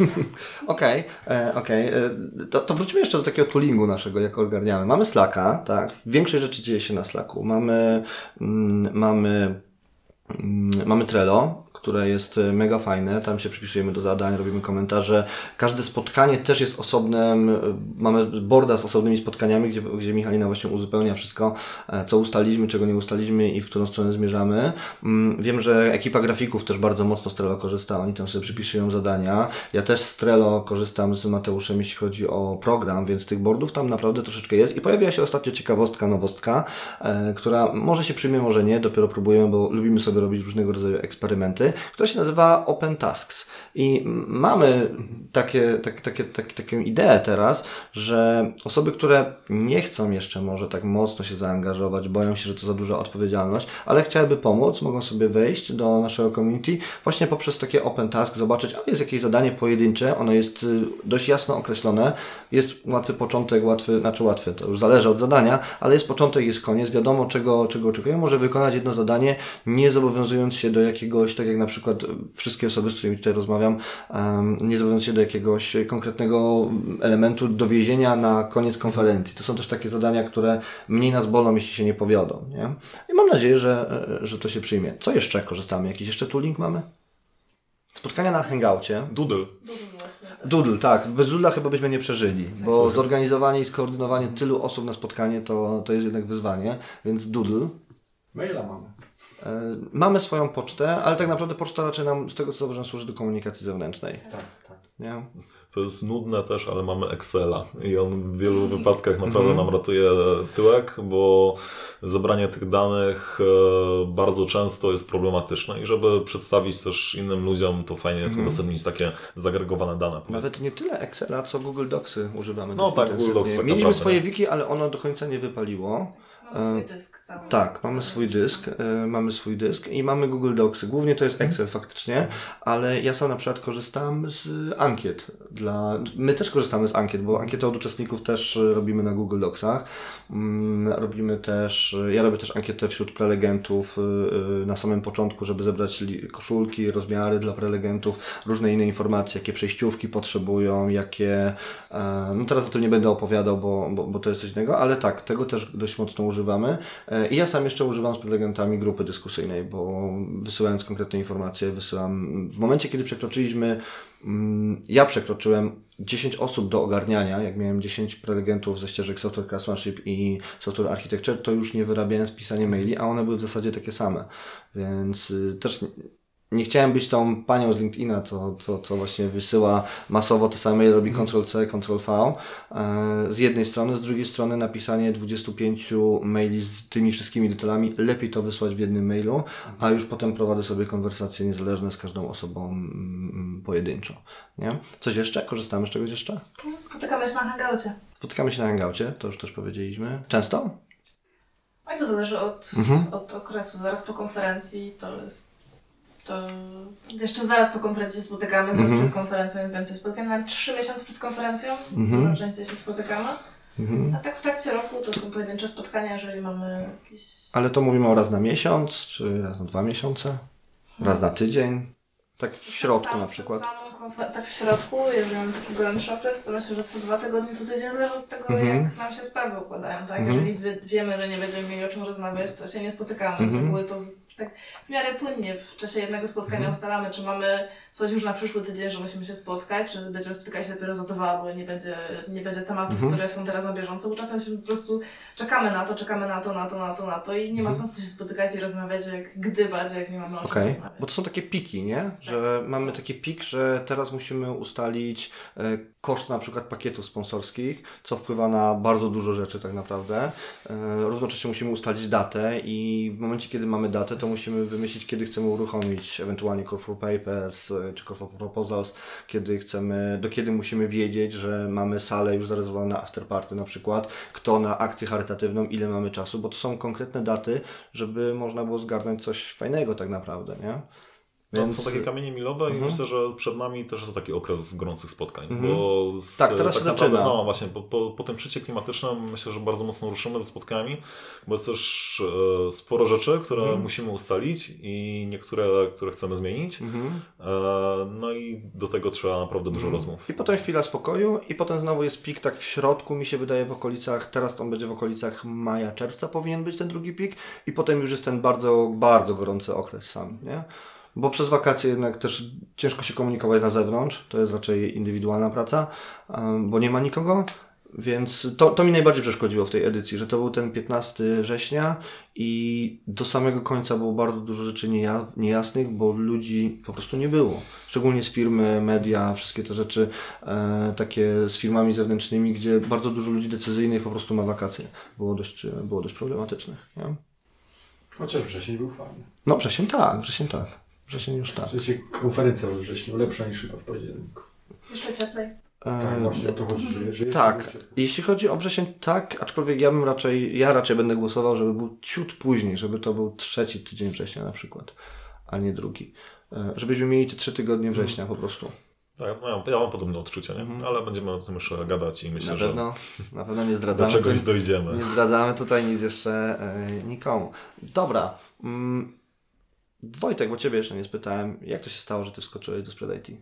Okej, okay, okej. Okay. To, to wróćmy jeszcze do takiego toolingu naszego, jak ogarniamy. Mamy Slacka, tak? Większość rzeczy dzieje się na Slacku. Mamy, mm, mamy, mm, mamy Trello, które jest mega fajne, tam się przypisujemy do zadań, robimy komentarze. Każde spotkanie też jest osobnym, mamy boarda z osobnymi spotkaniami, gdzie, gdzie Michalina właśnie uzupełnia wszystko, co ustaliśmy, czego nie ustaliśmy i w którą stronę zmierzamy. Wiem, że ekipa grafików też bardzo mocno z Trello korzysta, oni tam sobie przypisują zadania. Ja też z Trello korzystam z Mateuszem, jeśli chodzi o program, więc tych boardów tam naprawdę troszeczkę jest i pojawiła się ostatnio ciekawostka, nowostka, która może się przyjmie, może nie, dopiero próbujemy, bo lubimy sobie robić różnego rodzaju eksperymenty, która się nazywa Open Tasks. I mamy takie, tak, takie, takie, taką ideę teraz, że osoby, które nie chcą jeszcze może tak mocno się zaangażować, boją się, że to za duża odpowiedzialność, ale chciałyby pomóc, mogą sobie wejść do naszego community właśnie poprzez takie Open Task, zobaczyć, a jest jakieś zadanie pojedyncze, ono jest dość jasno określone, jest łatwy początek, łatwy, znaczy łatwy, to już zależy od zadania, ale jest początek, jest koniec, wiadomo czego, czego oczekujemy, może wykonać jedno zadanie, nie zobowiązując się do jakiegoś, tak jak na przykład wszystkie osoby, z którymi tutaj rozmawiam, um, nie zobowiązując się do jakiegoś konkretnego elementu dowiezienia na koniec konferencji. To są też takie zadania, które mniej nas bolą, jeśli się nie powiodą. Nie? I mam nadzieję, że, że to się przyjmie. Co jeszcze korzystamy? Jakiś jeszcze tooling mamy? Spotkania na Hangoucie. Doodle. Doodle, tak. Bez Doodla chyba byśmy nie przeżyli, bo zorganizowanie i skoordynowanie tylu osób na spotkanie to, to jest jednak wyzwanie, więc Doodle. Maila mamy. Mamy swoją pocztę, ale tak naprawdę poczta raczej nam, z tego co zauważyłem, służy do komunikacji zewnętrznej. Tak, tak. nie? To jest nudne też, ale mamy Excela i on w wielu wypadkach naprawdę nam ratuje tyłek, bo zebranie tych danych bardzo często jest problematyczne i żeby przedstawić też innym ludziom, to fajnie jest udostępnić takie zagregowane dane. Powiedzmy. Nawet nie tyle Excela, co Google Docsy używamy. No tak, Google Docs. Tak Mieliśmy naprawdę, swoje nie? wiki, ale ono do końca nie wypaliło. Mamy swój dysk cały. Tak, mamy swój dysk, y, mamy swój dysk i mamy Google Docsy. Głównie to jest Excel faktycznie, ale ja sam na przykład korzystam z ankiet. Dla... My też korzystamy z ankiet, bo ankietę od uczestników też robimy na Google Docsach. Mm, robimy też, ja robię też ankietę wśród prelegentów y, y, na samym początku, żeby zebrać li- koszulki, rozmiary dla prelegentów, różne inne informacje, jakie przejściówki potrzebują, jakie... E, no teraz o tym nie będę opowiadał, bo, bo, bo to jest coś innego, ale tak, tego też dość mocno używamy. I ja sam jeszcze używam z prelegentami grupy dyskusyjnej, bo wysyłając konkretne informacje, wysyłam... W momencie, kiedy przekroczyliśmy, ja przekroczyłem dziesięć osób do ogarniania, jak miałem dziesięć prelegentów ze ścieżek Software Craftsmanship i Software Architecture, to już nie wyrabiałem spisanie maili, a one były w zasadzie takie same, więc też... Nie chciałem być tą panią z LinkedIna, co, co, co właśnie wysyła masowo te same maile, robi kontrol C, kontrol V z jednej strony, z drugiej strony napisanie dwudziestu pięciu maili z tymi wszystkimi detalami, lepiej to wysłać w jednym mailu, a już potem prowadzę sobie konwersacje niezależne z każdą osobą mm, pojedynczo. Nie? Coś jeszcze? Korzystamy z czegoś jeszcze? Spotykamy się na Hangoucie. Spotykamy się na Hangoucie, to już też powiedzieliśmy. Często? No i to zależy od, Mhm. od okresu. Zaraz po konferencji to jest to jeszcze zaraz po konferencji się spotykamy, zaraz Mhm. przed konferencją jest więcej spotykamy, na trzy miesiące przed konferencją Mhm. dużo częściej się spotykamy, Mhm. a tak w trakcie roku to są pojedyncze spotkania, jeżeli mamy jakieś... Ale to mówimy o raz na miesiąc, czy raz na dwa miesiące? Raz na tydzień? Tak w środku Sam- na przykład? samą konfer- tak w środku, jeżeli mamy taki gorętszy okres, to myślę, że co dwa tygodnie, co tydzień, zależy od tego, Mhm. jak nam się sprawy układają, tak? Mhm. Jeżeli wy- wiemy, że nie będziemy mieli o czym rozmawiać, to się nie spotykamy. Mhm. W ogóle to tak w miarę płynnie w czasie jednego spotkania Mhm. ustalamy, czy mamy coś już na przyszły tydzień, że musimy się spotkać, czy będziemy spotykać się dopiero za dwa, bo nie będzie, nie będzie tematów, Mhm. które są teraz na bieżąco, bo czasem się po prostu czekamy na to, czekamy na to, na to, na to, na to i nie ma Mhm. sensu się spotykać i rozmawiać, jak gdybać, jak nie mamy o czym Okej, rozmawiać. bo to są takie piki, nie? Że Tak. mamy taki pik, że teraz musimy ustalić e, koszt na przykład pakietów sponsorskich, co wpływa na bardzo dużo rzeczy tak naprawdę. E, równocześnie musimy ustalić datę i w momencie, kiedy mamy datę, to musimy wymyślić, kiedy chcemy uruchomić ewentualnie call for papers e, czy call for proposals, kiedy chcemy, do kiedy musimy wiedzieć, że mamy salę już zarezerwowaną na afterparty na przykład, kto na akcję charytatywną, ile mamy czasu, bo to są konkretne daty, żeby można było zgarnąć coś fajnego tak naprawdę, nie? Więc... To są takie kamienie milowe Mhm. i myślę, że przed nami też jest taki okres gorących spotkań. Mhm. Bo z, Tak, teraz się naprawdę, zaczyna. No właśnie, po, po, po tym szczycie klimatycznym myślę, że bardzo mocno ruszymy ze spotkaniami, bo jest też e, sporo rzeczy, które Mhm. musimy ustalić i niektóre, które chcemy zmienić. Mhm. E, no i do tego trzeba naprawdę dużo Mhm. rozmów. I potem chwila spokoju i potem znowu jest pik tak w środku, mi się wydaje w okolicach, teraz on będzie w okolicach maja, czerwca powinien być ten drugi pik i potem już jest ten bardzo, bardzo gorący okres sam, nie? Bo przez wakacje jednak też ciężko się komunikować na zewnątrz, to jest raczej indywidualna praca, um, bo nie ma nikogo, więc to, to mi najbardziej przeszkodziło w tej edycji, że to był ten piętnastego września i do samego końca było bardzo dużo rzeczy nieja, niejasnych, bo ludzi po prostu nie było. Szczególnie z firmy, media, wszystkie te rzeczy e, takie z firmami zewnętrznymi, gdzie bardzo dużo ludzi decyzyjnych po prostu ma wakacje. Było dość, było dość problematycznych. Nie? Chociaż wrzesień był fajny. No wrzesień tak, wrzesień tak. Wrzesień już tak. W sensie konferencja we wrześniu lepsza niż chyba w październiku. Jeszcze cieplej. Tak, właśnie o to chodzi, że, że jest Tak, ciepło. jeśli chodzi o wrzesień, tak, aczkolwiek ja bym raczej, ja raczej będę głosował, żeby był ciut później, żeby to był trzeci tydzień września na przykład, a nie drugi. E, Żebyśmy mieli te trzy tygodnie września po prostu. Tak, ja mam, ja mam podobne odczucia, nie? Mhm. ale będziemy o tym jeszcze gadać i myślę, Na że pewno, na pewno nie do zdradzamy. czegoś tu- dojdziemy. Nie zdradzamy tutaj nic jeszcze e, nikomu. Dobra. Mm, Wojtek, bo Ciebie jeszcze nie spytałem, jak to się stało, że Ty wskoczyłeś do Spread I T?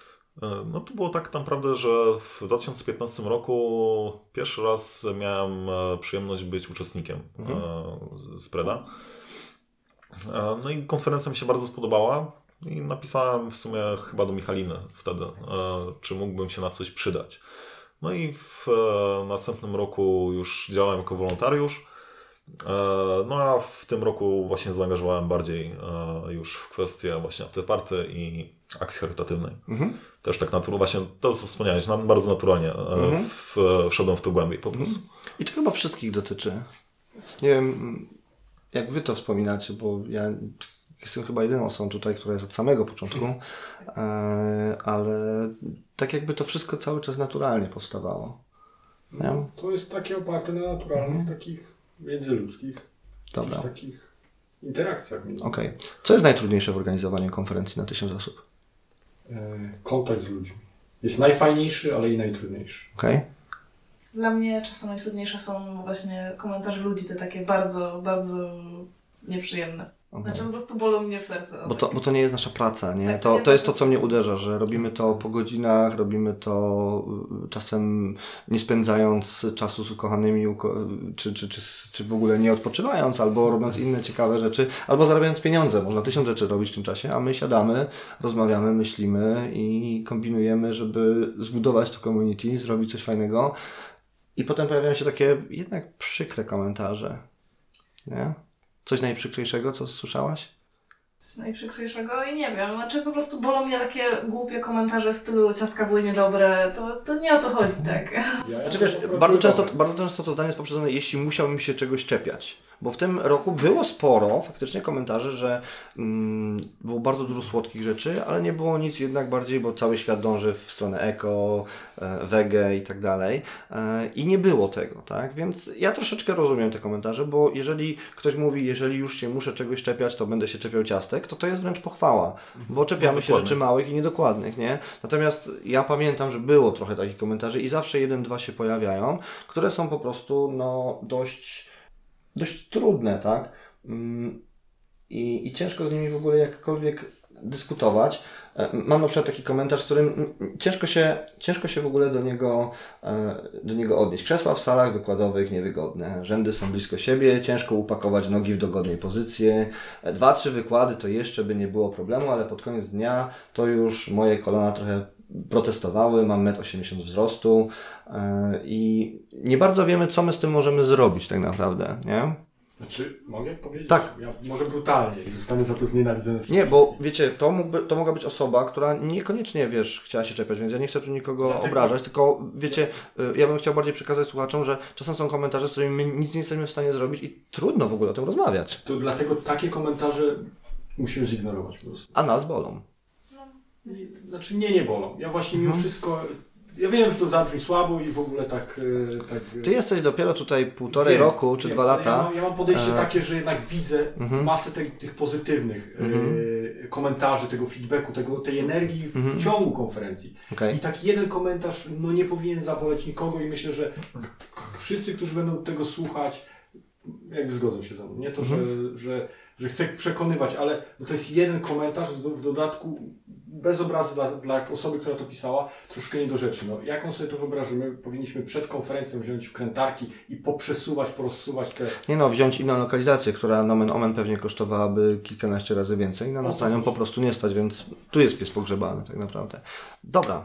No to było tak naprawdę, że w dwa tysiące piętnastym roku pierwszy raz miałem e, przyjemność być uczestnikiem Mhm. e, Spreada. E, No i konferencja mi się bardzo spodobała i napisałem w sumie chyba do Michaliny wtedy, e, czy mógłbym się na coś przydać. No i w e, następnym roku już działałem jako wolontariusz. No a w tym roku właśnie zaangażowałem bardziej już w kwestię właśnie afterparty i akcji charytatywnej. Mhm. Też tak naturalnie, właśnie to co wspomniałeś, nam bardzo naturalnie mhm. w, wszedłem w to głębiej po prostu. Mhm. I to chyba wszystkich dotyczy. Nie wiem, jak wy to wspominacie, bo ja jestem chyba jedyną osobą tutaj, która jest od samego początku, ale tak jakby to wszystko cały czas naturalnie powstawało. No, to jest takie oparte na naturalnych mhm. takich międzyludzkich Dobra. takich interakcjach. Okej. Okay. Co jest najtrudniejsze w organizowaniu konferencji na tysiąc osób? E, kontakt z ludźmi. Jest najfajniejszy, ale i najtrudniejszy. Okej. Okay. Dla mnie czasem najtrudniejsze są właśnie komentarze ludzi, te takie bardzo, bardzo nieprzyjemne. Okay. Znaczy po prostu bolą mnie w sercu. Bo to, bo to nie jest nasza praca, nie? Tak, to, jest to jest to, co mnie uderza, że robimy to po godzinach, robimy to czasem nie spędzając czasu z ukochanymi, czy, czy, czy, czy w ogóle nie odpoczywając, albo robiąc inne ciekawe rzeczy, albo zarabiając pieniądze. Można tysiąc rzeczy robić w tym czasie, a my siadamy, rozmawiamy, myślimy i kombinujemy, żeby zbudować to community, zrobić coś fajnego. I potem pojawiają się takie jednak przykre komentarze, nie? Coś najprzykrzejszego, co słyszałaś? Coś najprzykrzejszego i nie wiem. Znaczy po prostu bolą mnie takie głupie komentarze w stylu ciastka były niedobre. To, to nie o to chodzi, tak? Ja, znaczy wiesz, bardzo często, bardzo często to zdanie jest poprzedzone, jeśli musiałbym się czegoś czepiać. Bo w tym roku było sporo faktycznie komentarzy, że mm, było bardzo dużo słodkich rzeczy, ale nie było nic jednak bardziej, bo cały świat dąży w stronę eko, e, wege i tak dalej. E, I nie było tego, tak? Więc ja troszeczkę rozumiem te komentarze, bo jeżeli ktoś mówi, jeżeli już się muszę czegoś czepiać, to będę się czepiał ciastek, to to jest wręcz pochwała, bo czepiamy no, się rzeczy małych i niedokładnych, nie? Natomiast ja pamiętam, że było trochę takich komentarzy i zawsze jeden, dwa się pojawiają, które są po prostu no dość... dość trudne, tak? I, I ciężko z nimi w ogóle jakkolwiek dyskutować. Mam na przykład taki komentarz, z którym ciężko się, ciężko się w ogóle do niego, do niego odnieść. Krzesła w salach wykładowych niewygodne, rzędy są blisko siebie, ciężko upakować nogi w dogodnej pozycję. Dwa, trzy wykłady to jeszcze by nie było problemu, ale pod koniec dnia to już moje kolana trochę protestowały, mam metr osiemdziesiąt wzrostu yy, i nie bardzo wiemy, co my z tym możemy zrobić tak naprawdę, nie? Znaczy, mogę powiedzieć? Tak. Ja może brutalnie i zostanę za to znienawidzony. Nie, bo wiecie, to, mógłby, to mogła być osoba, która niekoniecznie, wiesz, chciała się czepiać, więc ja nie chcę tu nikogo Dlatego... obrażać, tylko wiecie, ja bym chciał bardziej przekazać słuchaczom, że czasem są komentarze, z którymi my nic nie jesteśmy w stanie zrobić i trudno w ogóle o tym rozmawiać. To dlatego takie komentarze musimy zignorować po prostu. A nas bolą. Znaczy mnie nie bolą. Ja właśnie mimo mhm. wszystko... Ja wiem, że to zabrzmi słabo i w ogóle tak... tak Ty jesteś dopiero tutaj półtorej wiem, roku czy wiem, dwa lata. Ja mam, ja mam podejście e... takie, że jednak widzę mhm. masę te, tych pozytywnych mhm. e, komentarzy, tego feedbacku, tego, tej energii w mhm. ciągu konferencji. Okay. I taki jeden komentarz no, nie powinien zaboleć nikogo i myślę, że wszyscy, którzy będą tego słuchać, jakby zgodzą się ze mną. Nie to, mhm. że, że, że chcę przekonywać, ale no to jest jeden komentarz w dodatku bez obrazu dla, dla osoby, która to pisała, troszkę nie do rzeczy. No, jak on sobie to wyobrażymy? Powinniśmy przed konferencją wziąć wkrętarki i poprzesuwać, porozsuwać te... Nie no, wziąć inną lokalizację, która nomen omen pewnie kosztowałaby kilkanaście razy więcej. No, no na nią po prostu nie stać, więc tu jest pies pogrzebany tak naprawdę. Dobra.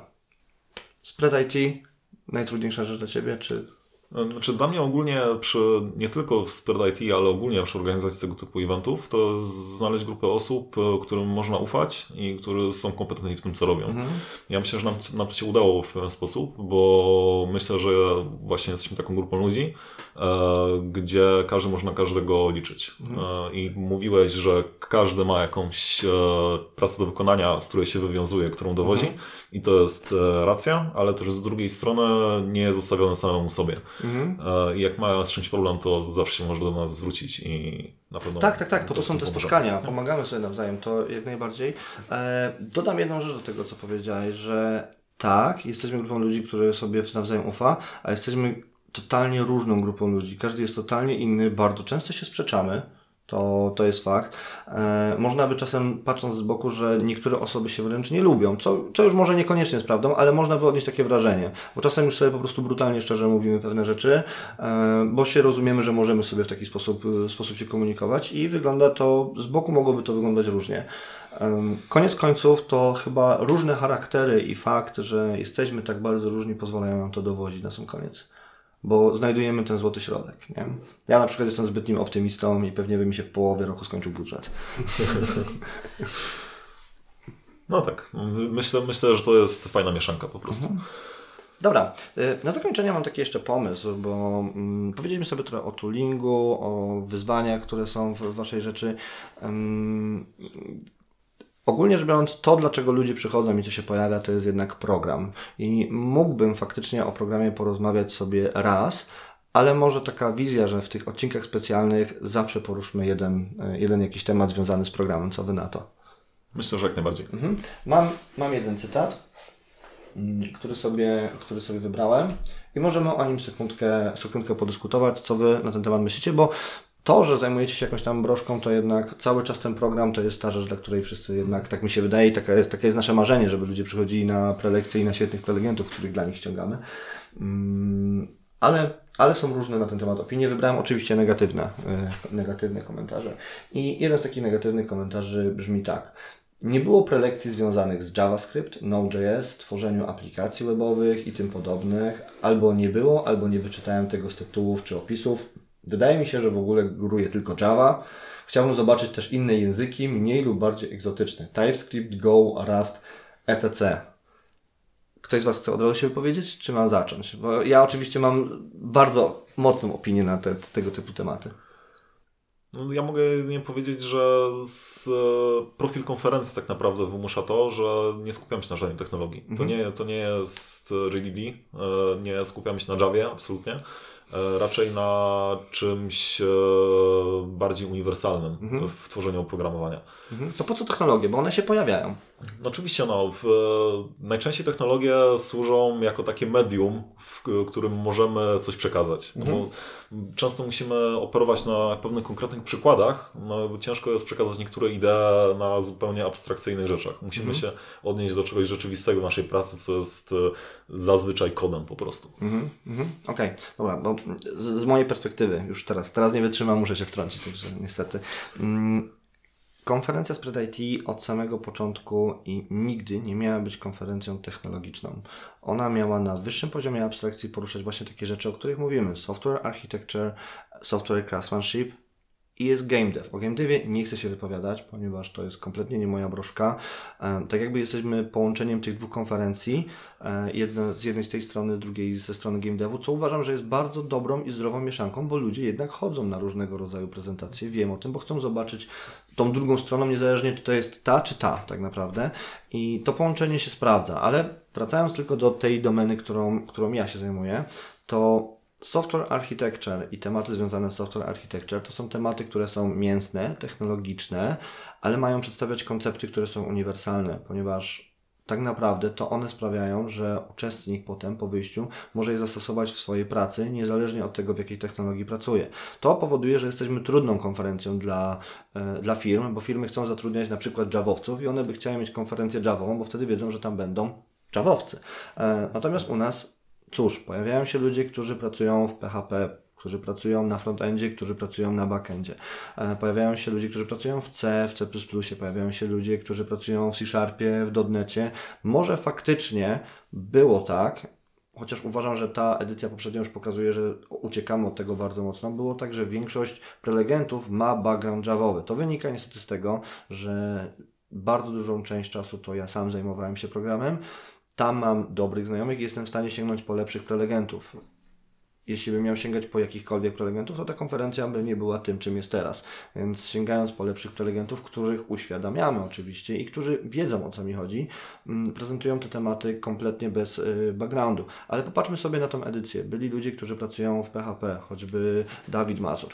Spread I T, najtrudniejsza rzecz dla Ciebie, czy... Znaczy dla mnie ogólnie przy, nie tylko w Spread I T, ale ogólnie przy organizacji tego typu eventów, to jest znaleźć grupę osób, którym można ufać i którzy są kompetentni w tym, co robią. Mhm. Ja myślę, że nam, nam to się udało w pewien sposób, bo myślę, że właśnie jesteśmy taką grupą ludzi, e, gdzie każdy może na każdego liczyć. Mhm. E, I mówiłeś, że każdy ma jakąś e, pracę do wykonania, z której się wywiązuje, którą dowodzi mhm. i to jest e, racja, ale też z drugiej strony nie jest zostawiony samemu sobie. Mhm. I jak ma z czymś problem, to zawsze się może do nas zwrócić i na pewno... Tak, tak, tak, po to są te spotkania, pomagamy sobie nawzajem, to jak najbardziej. E, dodam jedną rzecz do tego, co powiedziałeś, że tak, jesteśmy grupą ludzi, które sobie nawzajem ufa, a jesteśmy totalnie różną grupą ludzi. Każdy jest totalnie inny, bardzo często się sprzeczamy. To, to jest fakt. E, można by czasem, patrząc z boku, że niektóre osoby się wręcz nie lubią, co, co już może niekoniecznie jest prawdą, ale można by odnieść takie wrażenie. Bo czasem już sobie po prostu brutalnie, szczerze mówimy pewne rzeczy, e, bo się rozumiemy, że możemy sobie w taki sposób, sposób się komunikować i wygląda to, z boku mogłoby to wyglądać różnie. E, koniec końców to chyba różne charaktery i fakt, że jesteśmy tak bardzo różni, pozwalają nam to dowodzić na sam koniec. bo znajdujemy ten złoty środek. Nie? Ja na przykład jestem zbytnim optymistą i pewnie by mi się w połowie roku skończył budżet. No tak, myślę, myślę, że to jest fajna mieszanka po prostu. Mhm. Dobra, na zakończenie mam taki jeszcze pomysł, bo mm, powiedzieliśmy sobie trochę o toolingu, o wyzwaniach, które są w, w Waszej rzeczy. Um, ogólnie rzecz biorąc, to dlaczego ludzie przychodzą i co się pojawia, to jest jednak program. I mógłbym faktycznie o programie porozmawiać sobie raz, ale może taka wizja, że w tych odcinkach specjalnych zawsze poruszmy jeden, jeden jakiś temat związany z programem. Co Wy na to? Myślę, że jak najbardziej. Mhm. Mam, mam jeden cytat, który sobie, który sobie wybrałem i możemy o nim sekundkę, sekundkę podyskutować, co Wy na ten temat myślicie, bo to, że zajmujecie się jakąś tam broszką, to jednak cały czas ten program to jest ta rzecz, dla której wszyscy jednak, tak mi się wydaje, i taka jest, takie jest nasze marzenie, żeby ludzie przychodzili na prelekcje i na świetnych prelegentów, których dla nich ściągamy. Um, ale, ale są różne na ten temat opinie. Wybrałem oczywiście negatywne, yy, negatywne komentarze. I jeden z takich negatywnych komentarzy brzmi tak. Nie było prelekcji związanych z JavaScript, Node.js, tworzeniu aplikacji webowych i tym podobnych. Albo nie było, albo nie wyczytałem tego z tytułów czy opisów. Wydaje mi się, że w ogóle góruje tylko Java. Chciałbym zobaczyć też inne języki, mniej lub bardziej egzotyczne. TypeScript, Go, Rust, et cetera. Ktoś z Was chce od razu się wypowiedzieć, czy mam zacząć? Bo ja oczywiście mam bardzo mocną opinię na te, tego typu tematy. No, ja mogę nie powiedzieć, że z, profil konferencji tak naprawdę wymusza to, że nie skupiam się na żadnej technologii. Mm-hmm. To, nie, to nie jest Ready, nie skupiamy się na Javie, absolutnie. Raczej na czymś bardziej uniwersalnym mm-hmm. w tworzeniu oprogramowania. Mm-hmm. To po co technologie? Bo one się pojawiają. Oczywiście, no, w, najczęściej technologie służą jako takie medium, w którym możemy coś przekazać. No, bo często musimy operować na pewnych konkretnych przykładach, no, bo ciężko jest przekazać niektóre idee na zupełnie abstrakcyjnych rzeczach. Musimy mm-hmm. się odnieść do czegoś rzeczywistego w naszej pracy, co jest zazwyczaj kodem po prostu. Mm-hmm. Mm-hmm. Okej, okay. Dobra, bo z, z mojej perspektywy już teraz, teraz nie wytrzymam, muszę się wtrącić, także niestety. Mm. Konferencja Spread I T od samego początku i nigdy nie miała być konferencją technologiczną. Ona miała na wyższym poziomie abstrakcji poruszać właśnie takie rzeczy, o których mówimy. Software architecture, software craftsmanship i jest game dev. O game devie nie chcę się wypowiadać, ponieważ to jest kompletnie nie moja broszka. E, tak jakby jesteśmy połączeniem tych dwóch konferencji, e, jedno, z jednej z tej strony, z drugiej ze strony game devu, co uważam, że jest bardzo dobrą i zdrową mieszanką, bo ludzie jednak chodzą na różnego rodzaju prezentacje, wiem o tym, bo chcą zobaczyć tą drugą stroną, niezależnie czy to jest ta, czy ta tak naprawdę. I to połączenie się sprawdza, ale wracając tylko do tej domeny, którą, którą ja się zajmuję, to software architecture i tematy związane z software architecture to są tematy, które są mięsne, technologiczne, ale mają przedstawiać koncepty, które są uniwersalne, ponieważ tak naprawdę to one sprawiają, że uczestnik potem po wyjściu może je zastosować w swojej pracy, niezależnie od tego, w jakiej technologii pracuje. To powoduje, że jesteśmy trudną konferencją dla, e, dla firm, bo firmy chcą zatrudniać na przykład Javowców i one by chciały mieć konferencję Javową, bo wtedy wiedzą, że tam będą Javowcy. E, natomiast u nas cóż, pojawiają się ludzie, którzy pracują w P H P, którzy pracują na frontendzie, którzy pracują na backendzie. Pojawiają się ludzie, którzy pracują w C, w C plus plus, pojawiają się ludzie, którzy pracują w C Sharpie, w dotnecie. Może faktycznie było tak, chociaż uważam, że ta edycja poprzednia już pokazuje, że uciekamy od tego bardzo mocno. Było tak, że większość prelegentów ma background javowy. To wynika niestety z tego, że bardzo dużą część czasu to ja sam zajmowałem się programem. Tam mam dobrych znajomych i jestem w stanie sięgnąć po lepszych prelegentów. Jeśli bym miał sięgać po jakichkolwiek prelegentów, to ta konferencja by nie była tym, czym jest teraz. Więc sięgając po lepszych prelegentów, których uświadamiamy oczywiście i którzy wiedzą, o co mi chodzi, prezentują te tematy kompletnie bez backgroundu. Ale popatrzmy sobie na tą edycję. Byli ludzie, którzy pracują w P H P, choćby Dawid Mazur.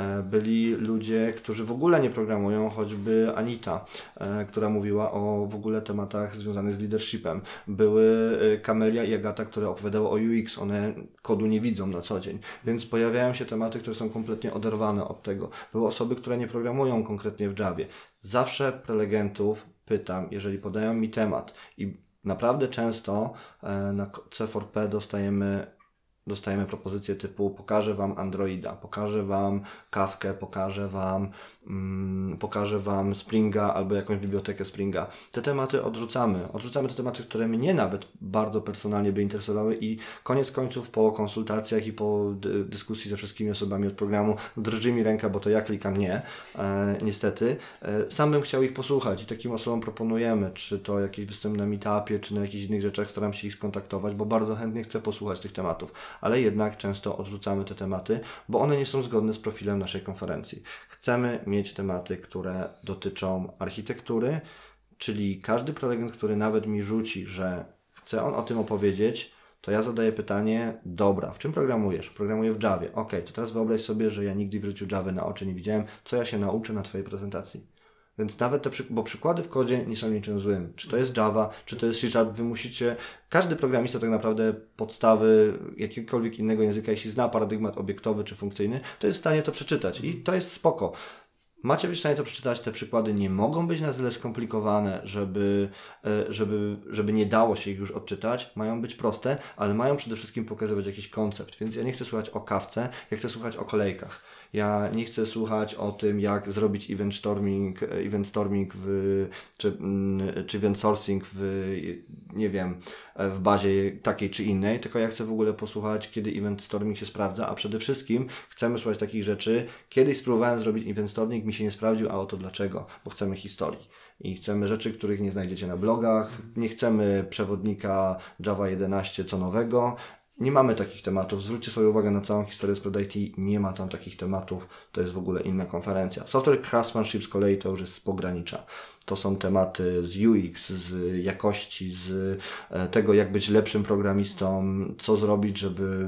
Byli ludzie, którzy w ogóle nie programują, choćby Anita, która mówiła o w ogóle tematach związanych z leadershipem. Były Kamelia i Agata, które opowiadały o U X. One kodu nie widzą na co dzień. Więc pojawiają się tematy, które są kompletnie oderwane od tego. Były osoby, które nie programują konkretnie w Javie. Zawsze prelegentów pytam, jeżeli podają mi temat i naprawdę często na C cztery P dostajemy dostajemy propozycje typu pokażę Wam Androida, pokażę Wam Kafkę, pokażę Wam, mm, pokażę Wam Springa albo jakąś bibliotekę Springa. Te tematy odrzucamy. Odrzucamy te tematy, które mnie nawet bardzo personalnie by interesowały i koniec końców po konsultacjach i po dy- dyskusji ze wszystkimi osobami od programu drży mi ręka, bo to ja klikam nie, e, niestety. E, sam bym chciał ich posłuchać i takim osobom proponujemy, czy to jakiś występ na meetupie, czy na jakichś innych rzeczach, staram się ich skontaktować, bo bardzo chętnie chcę posłuchać tych tematów. Ale jednak często odrzucamy te tematy, bo one nie są zgodne z profilem naszej konferencji. Chcemy mieć tematy, które dotyczą architektury, czyli każdy prelegent, który nawet mi rzuci, że chce on o tym opowiedzieć, to ja zadaję pytanie, dobra, w czym programujesz? Programuję w Javie. Ok, to teraz wyobraź sobie, że ja nigdy w życiu Javy na oczy nie widziałem, co ja się nauczę na Twojej prezentacji. Więc nawet te, przy... bo przykłady w kodzie nie są niczym złym. Czy to jest Java, czy to jest C Sharp, wy musicie, każdy programista tak naprawdę podstawy jakiegokolwiek innego języka, jeśli zna paradygmat obiektowy czy funkcyjny, to jest w stanie to przeczytać i to jest spoko. Macie być w stanie to przeczytać, te przykłady nie mogą być na tyle skomplikowane, żeby, żeby, żeby nie dało się ich już odczytać. Mają być proste, ale mają przede wszystkim pokazywać jakiś koncept. Więc ja nie chcę słuchać o kawce, ja chcę słuchać o kolejkach. Ja nie chcę słuchać o tym, jak zrobić event storming, event storming w, czy, czy event sourcing w, nie wiem, w bazie takiej czy innej, tylko ja chcę w ogóle posłuchać, kiedy event storming się sprawdza, a przede wszystkim chcemy słuchać takich rzeczy. Kiedyś spróbowałem zrobić event storming, mi się nie sprawdził, a oto dlaczego, bo chcemy historii. I chcemy rzeczy, których nie znajdziecie na blogach, nie chcemy przewodnika Java jedenaście co nowego. Nie mamy takich tematów. Zwróćcie sobie uwagę na całą historię Spread I T. Nie ma tam takich tematów. To jest w ogóle inna konferencja. Software Craftsmanship z kolei to już jest z pogranicza. To są tematy z U X, z jakości, z tego, jak być lepszym programistą, co zrobić, żeby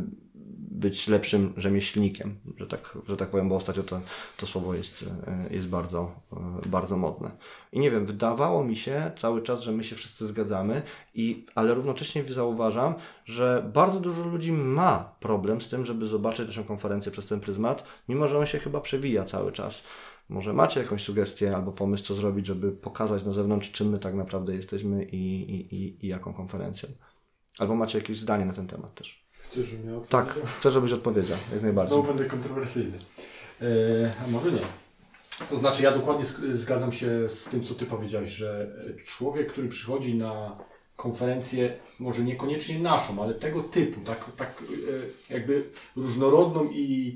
być lepszym rzemieślnikiem, że tak, że tak powiem, bo ostatnio to, to słowo jest, jest bardzo, bardzo modne. I nie wiem, wydawało mi się cały czas, że my się wszyscy zgadzamy, i, ale równocześnie zauważam, że bardzo dużo ludzi ma problem z tym, żeby zobaczyć naszą konferencję przez ten pryzmat, mimo że on się chyba przewija cały czas. Może macie jakąś sugestię albo pomysł, co zrobić, żeby pokazać na zewnątrz, czym my tak naprawdę jesteśmy i, i, i, i jaką konferencją. Albo macie jakieś zdanie na ten temat też. Chcesz, żebym ja Tak, chcę, żebyś odpowiedział, jak najbardziej. Znowu będę kontrowersyjny. E, a może nie. To znaczy, ja dokładnie zgadzam się z tym, co Ty powiedziałeś, że człowiek, który przychodzi na konferencję, może niekoniecznie naszą, ale tego typu, tak, tak jakby różnorodną i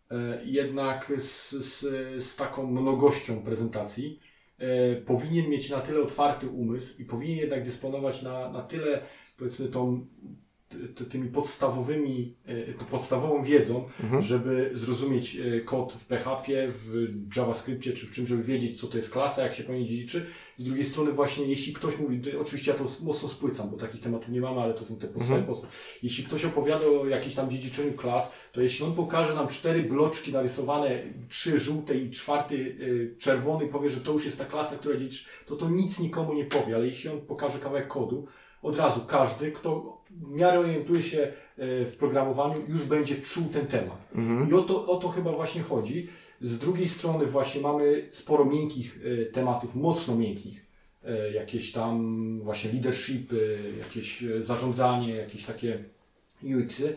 jednak z, z, z taką mnogością prezentacji, powinien mieć na tyle otwarty umysł i powinien jednak dysponować na, na tyle, powiedzmy, tą tymi podstawowymi, tą podstawową wiedzą, mhm. żeby zrozumieć kod w P H P, w JavaScriptie czy w czym, żeby wiedzieć, co to jest klasa, jak się po niej dziedziczy. Z drugiej strony właśnie, jeśli ktoś mówi, oczywiście ja to mocno spłycam, bo takich tematów nie mamy, ale to są te podstawy. Mhm. podstawy. Jeśli ktoś opowiada o jakimś tam dziedziczeniu klas, to jeśli on pokaże nam cztery bloczki narysowane, trzy żółte i czwarty y, czerwony, powie, że to już jest ta klasa, która dziedziczy, to to nic nikomu nie powie, ale jeśli on pokaże kawałek kodu, od razu każdy, kto w miarę orientuje się w programowaniu, już będzie czuł ten temat. Mhm. I o to, o to chyba właśnie chodzi. Z drugiej strony właśnie mamy sporo miękkich tematów, mocno miękkich. Jakieś tam właśnie leadership, jakieś zarządzanie, jakieś takie U X-y.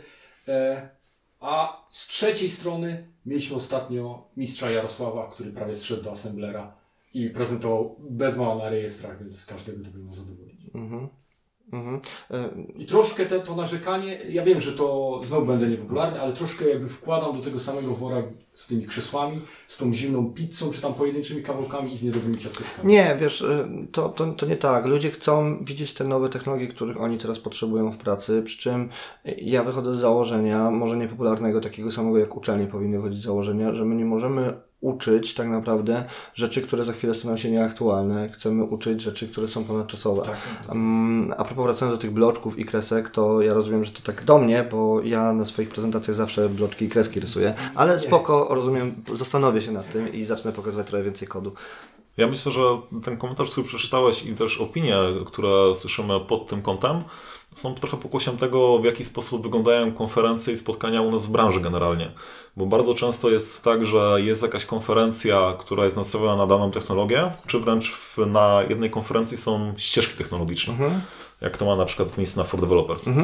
A z trzeciej strony mieliśmy ostatnio mistrza Jarosława, który prawie zszedł do assemblera i prezentował bez mała na rejestrach, więc każdego to powinno zadowolić. Mhm. Mhm. I troszkę te, to narzekanie, ja wiem, że to znowu będę niepopularny, ale troszkę jakby wkładam do tego samego wora z tymi krzesłami, z tą zimną pizzą, czy tam pojedynczymi kawałkami i z niedobrymi ciasteczkami. Nie, wiesz, to, to, to nie tak. Ludzie chcą widzieć te nowe technologie, których oni teraz potrzebują w pracy, przy czym ja wychodzę z założenia, może niepopularnego, takiego samego jak uczelnie powinny wychodzić z założenia, że my nie możemy uczyć tak naprawdę rzeczy, które za chwilę staną się nieaktualne. Chcemy uczyć rzeczy, które są ponadczasowe. Tak, tak. Um, a propos wracając do tych bloczków i kresek, to ja rozumiem, że to tak do mnie, bo ja na swoich prezentacjach zawsze bloczki i kreski rysuję, ale spoko, rozumiem, zastanowię się nad tym i zacznę pokazywać trochę więcej kodu. Ja myślę, że ten komentarz, który przeczytałeś i też opinie, które słyszymy pod tym kątem, są trochę pokłosiem tego, w jaki sposób wyglądają konferencje i spotkania u nas w branży generalnie. Bo bardzo często jest tak, że jest jakaś konferencja, która jest nastawiona na daną technologię, czy wręcz w, na jednej konferencji są ścieżki technologiczne. Mhm. Jak to ma na przykład miejsce na For Developers. Mhm.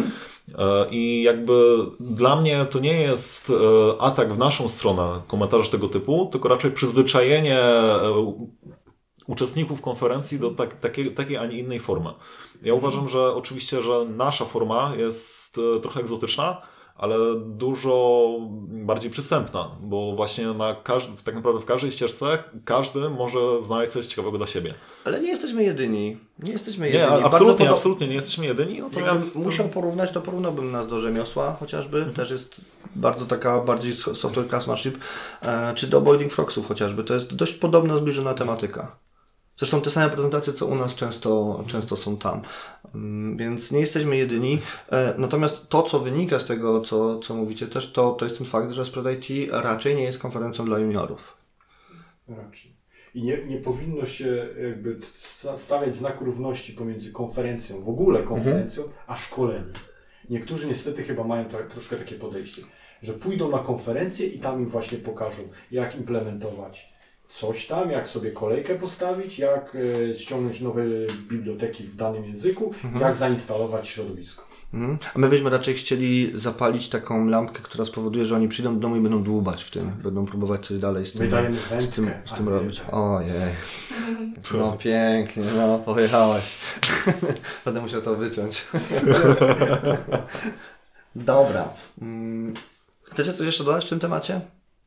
I jakby dla mnie to nie jest atak w naszą stronę, komentarz tego typu, tylko raczej przyzwyczajenie uczestników konferencji do tak, takiej, takiej, a nie innej formy. Ja uważam, że oczywiście, że nasza forma jest trochę egzotyczna, ale dużo bardziej przystępna, bo właśnie na każdy, tak naprawdę w każdej ścieżce każdy może znaleźć coś ciekawego dla siebie. Ale nie jesteśmy jedyni. Nie jesteśmy jedyni. Nie, absolutnie, podob... absolutnie nie jesteśmy jedyni. Natomiast musiał porównać, to porównałbym nas do rzemiosła chociażby. Mhm. Też jest bardzo taka bardziej software craftsmanship, czy do Boiling Frogsów chociażby. To jest dość podobna, zbliżona tematyka. Zresztą te same prezentacje, co u nas często, często są tam. Więc nie jesteśmy jedyni. Natomiast to, co wynika z tego, co, co mówicie też, to, to jest ten fakt, że Spread I T raczej nie jest konferencją dla juniorów. Raczej. I nie, nie powinno się jakby stawiać znaku równości pomiędzy konferencją, w ogóle konferencją, mhm. a szkoleniem. Niektórzy niestety chyba mają tra- troszkę takie podejście, że pójdą na konferencję i tam im właśnie pokażą, jak implementować coś tam, jak sobie kolejkę postawić, jak e, ściągnąć nowe biblioteki w danym języku, mhm. jak zainstalować środowisko. Mhm. A my byśmy raczej chcieli zapalić taką lampkę, która spowoduje, że oni przyjdą do domu i będą dłubać w tym, będą próbować coś dalej z tym, z tym, z tym robić. Ojej, no pięknie, no pojechałaś. Będę musiał to wyciąć. Dobra. Chcecie coś jeszcze dodać w tym temacie?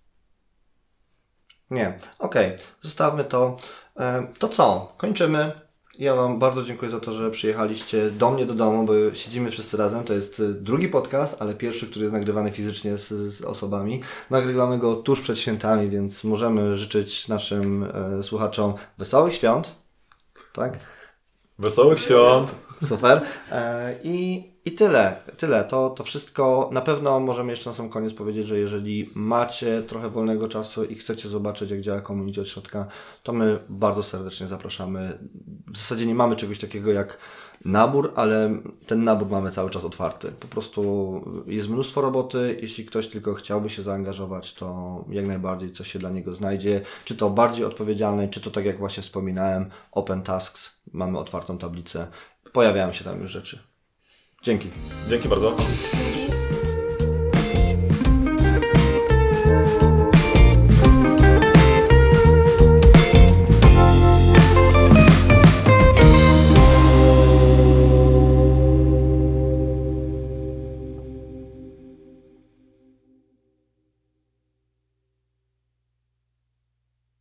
Nie. Okej, okay. Zostawmy to. To co? Kończymy. Ja Wam bardzo dziękuję za to, że przyjechaliście do mnie do domu, bo siedzimy wszyscy razem. To jest drugi podcast, ale pierwszy, który jest nagrywany fizycznie z, z osobami. Nagrywamy go tuż przed świętami, więc możemy życzyć naszym e, słuchaczom wesołych świąt. Tak? Wesołych świąt! Super. E, i, I tyle. Tyle. To, to wszystko. Na pewno możemy jeszcze na sam koniec powiedzieć, że jeżeli macie trochę wolnego czasu i chcecie zobaczyć, jak działa community od środka, to my bardzo serdecznie zapraszamy. W zasadzie nie mamy czegoś takiego jak nabór, ale ten nabór mamy cały czas otwarty. Po prostu jest mnóstwo roboty. Jeśli ktoś tylko chciałby się zaangażować, to jak najbardziej coś się dla niego znajdzie. Czy to bardziej odpowiedzialne, czy to tak jak właśnie wspominałem, Open Tasks. Mamy otwartą tablicę. Pojawiają się tam już rzeczy. Dzięki. Dzięki bardzo.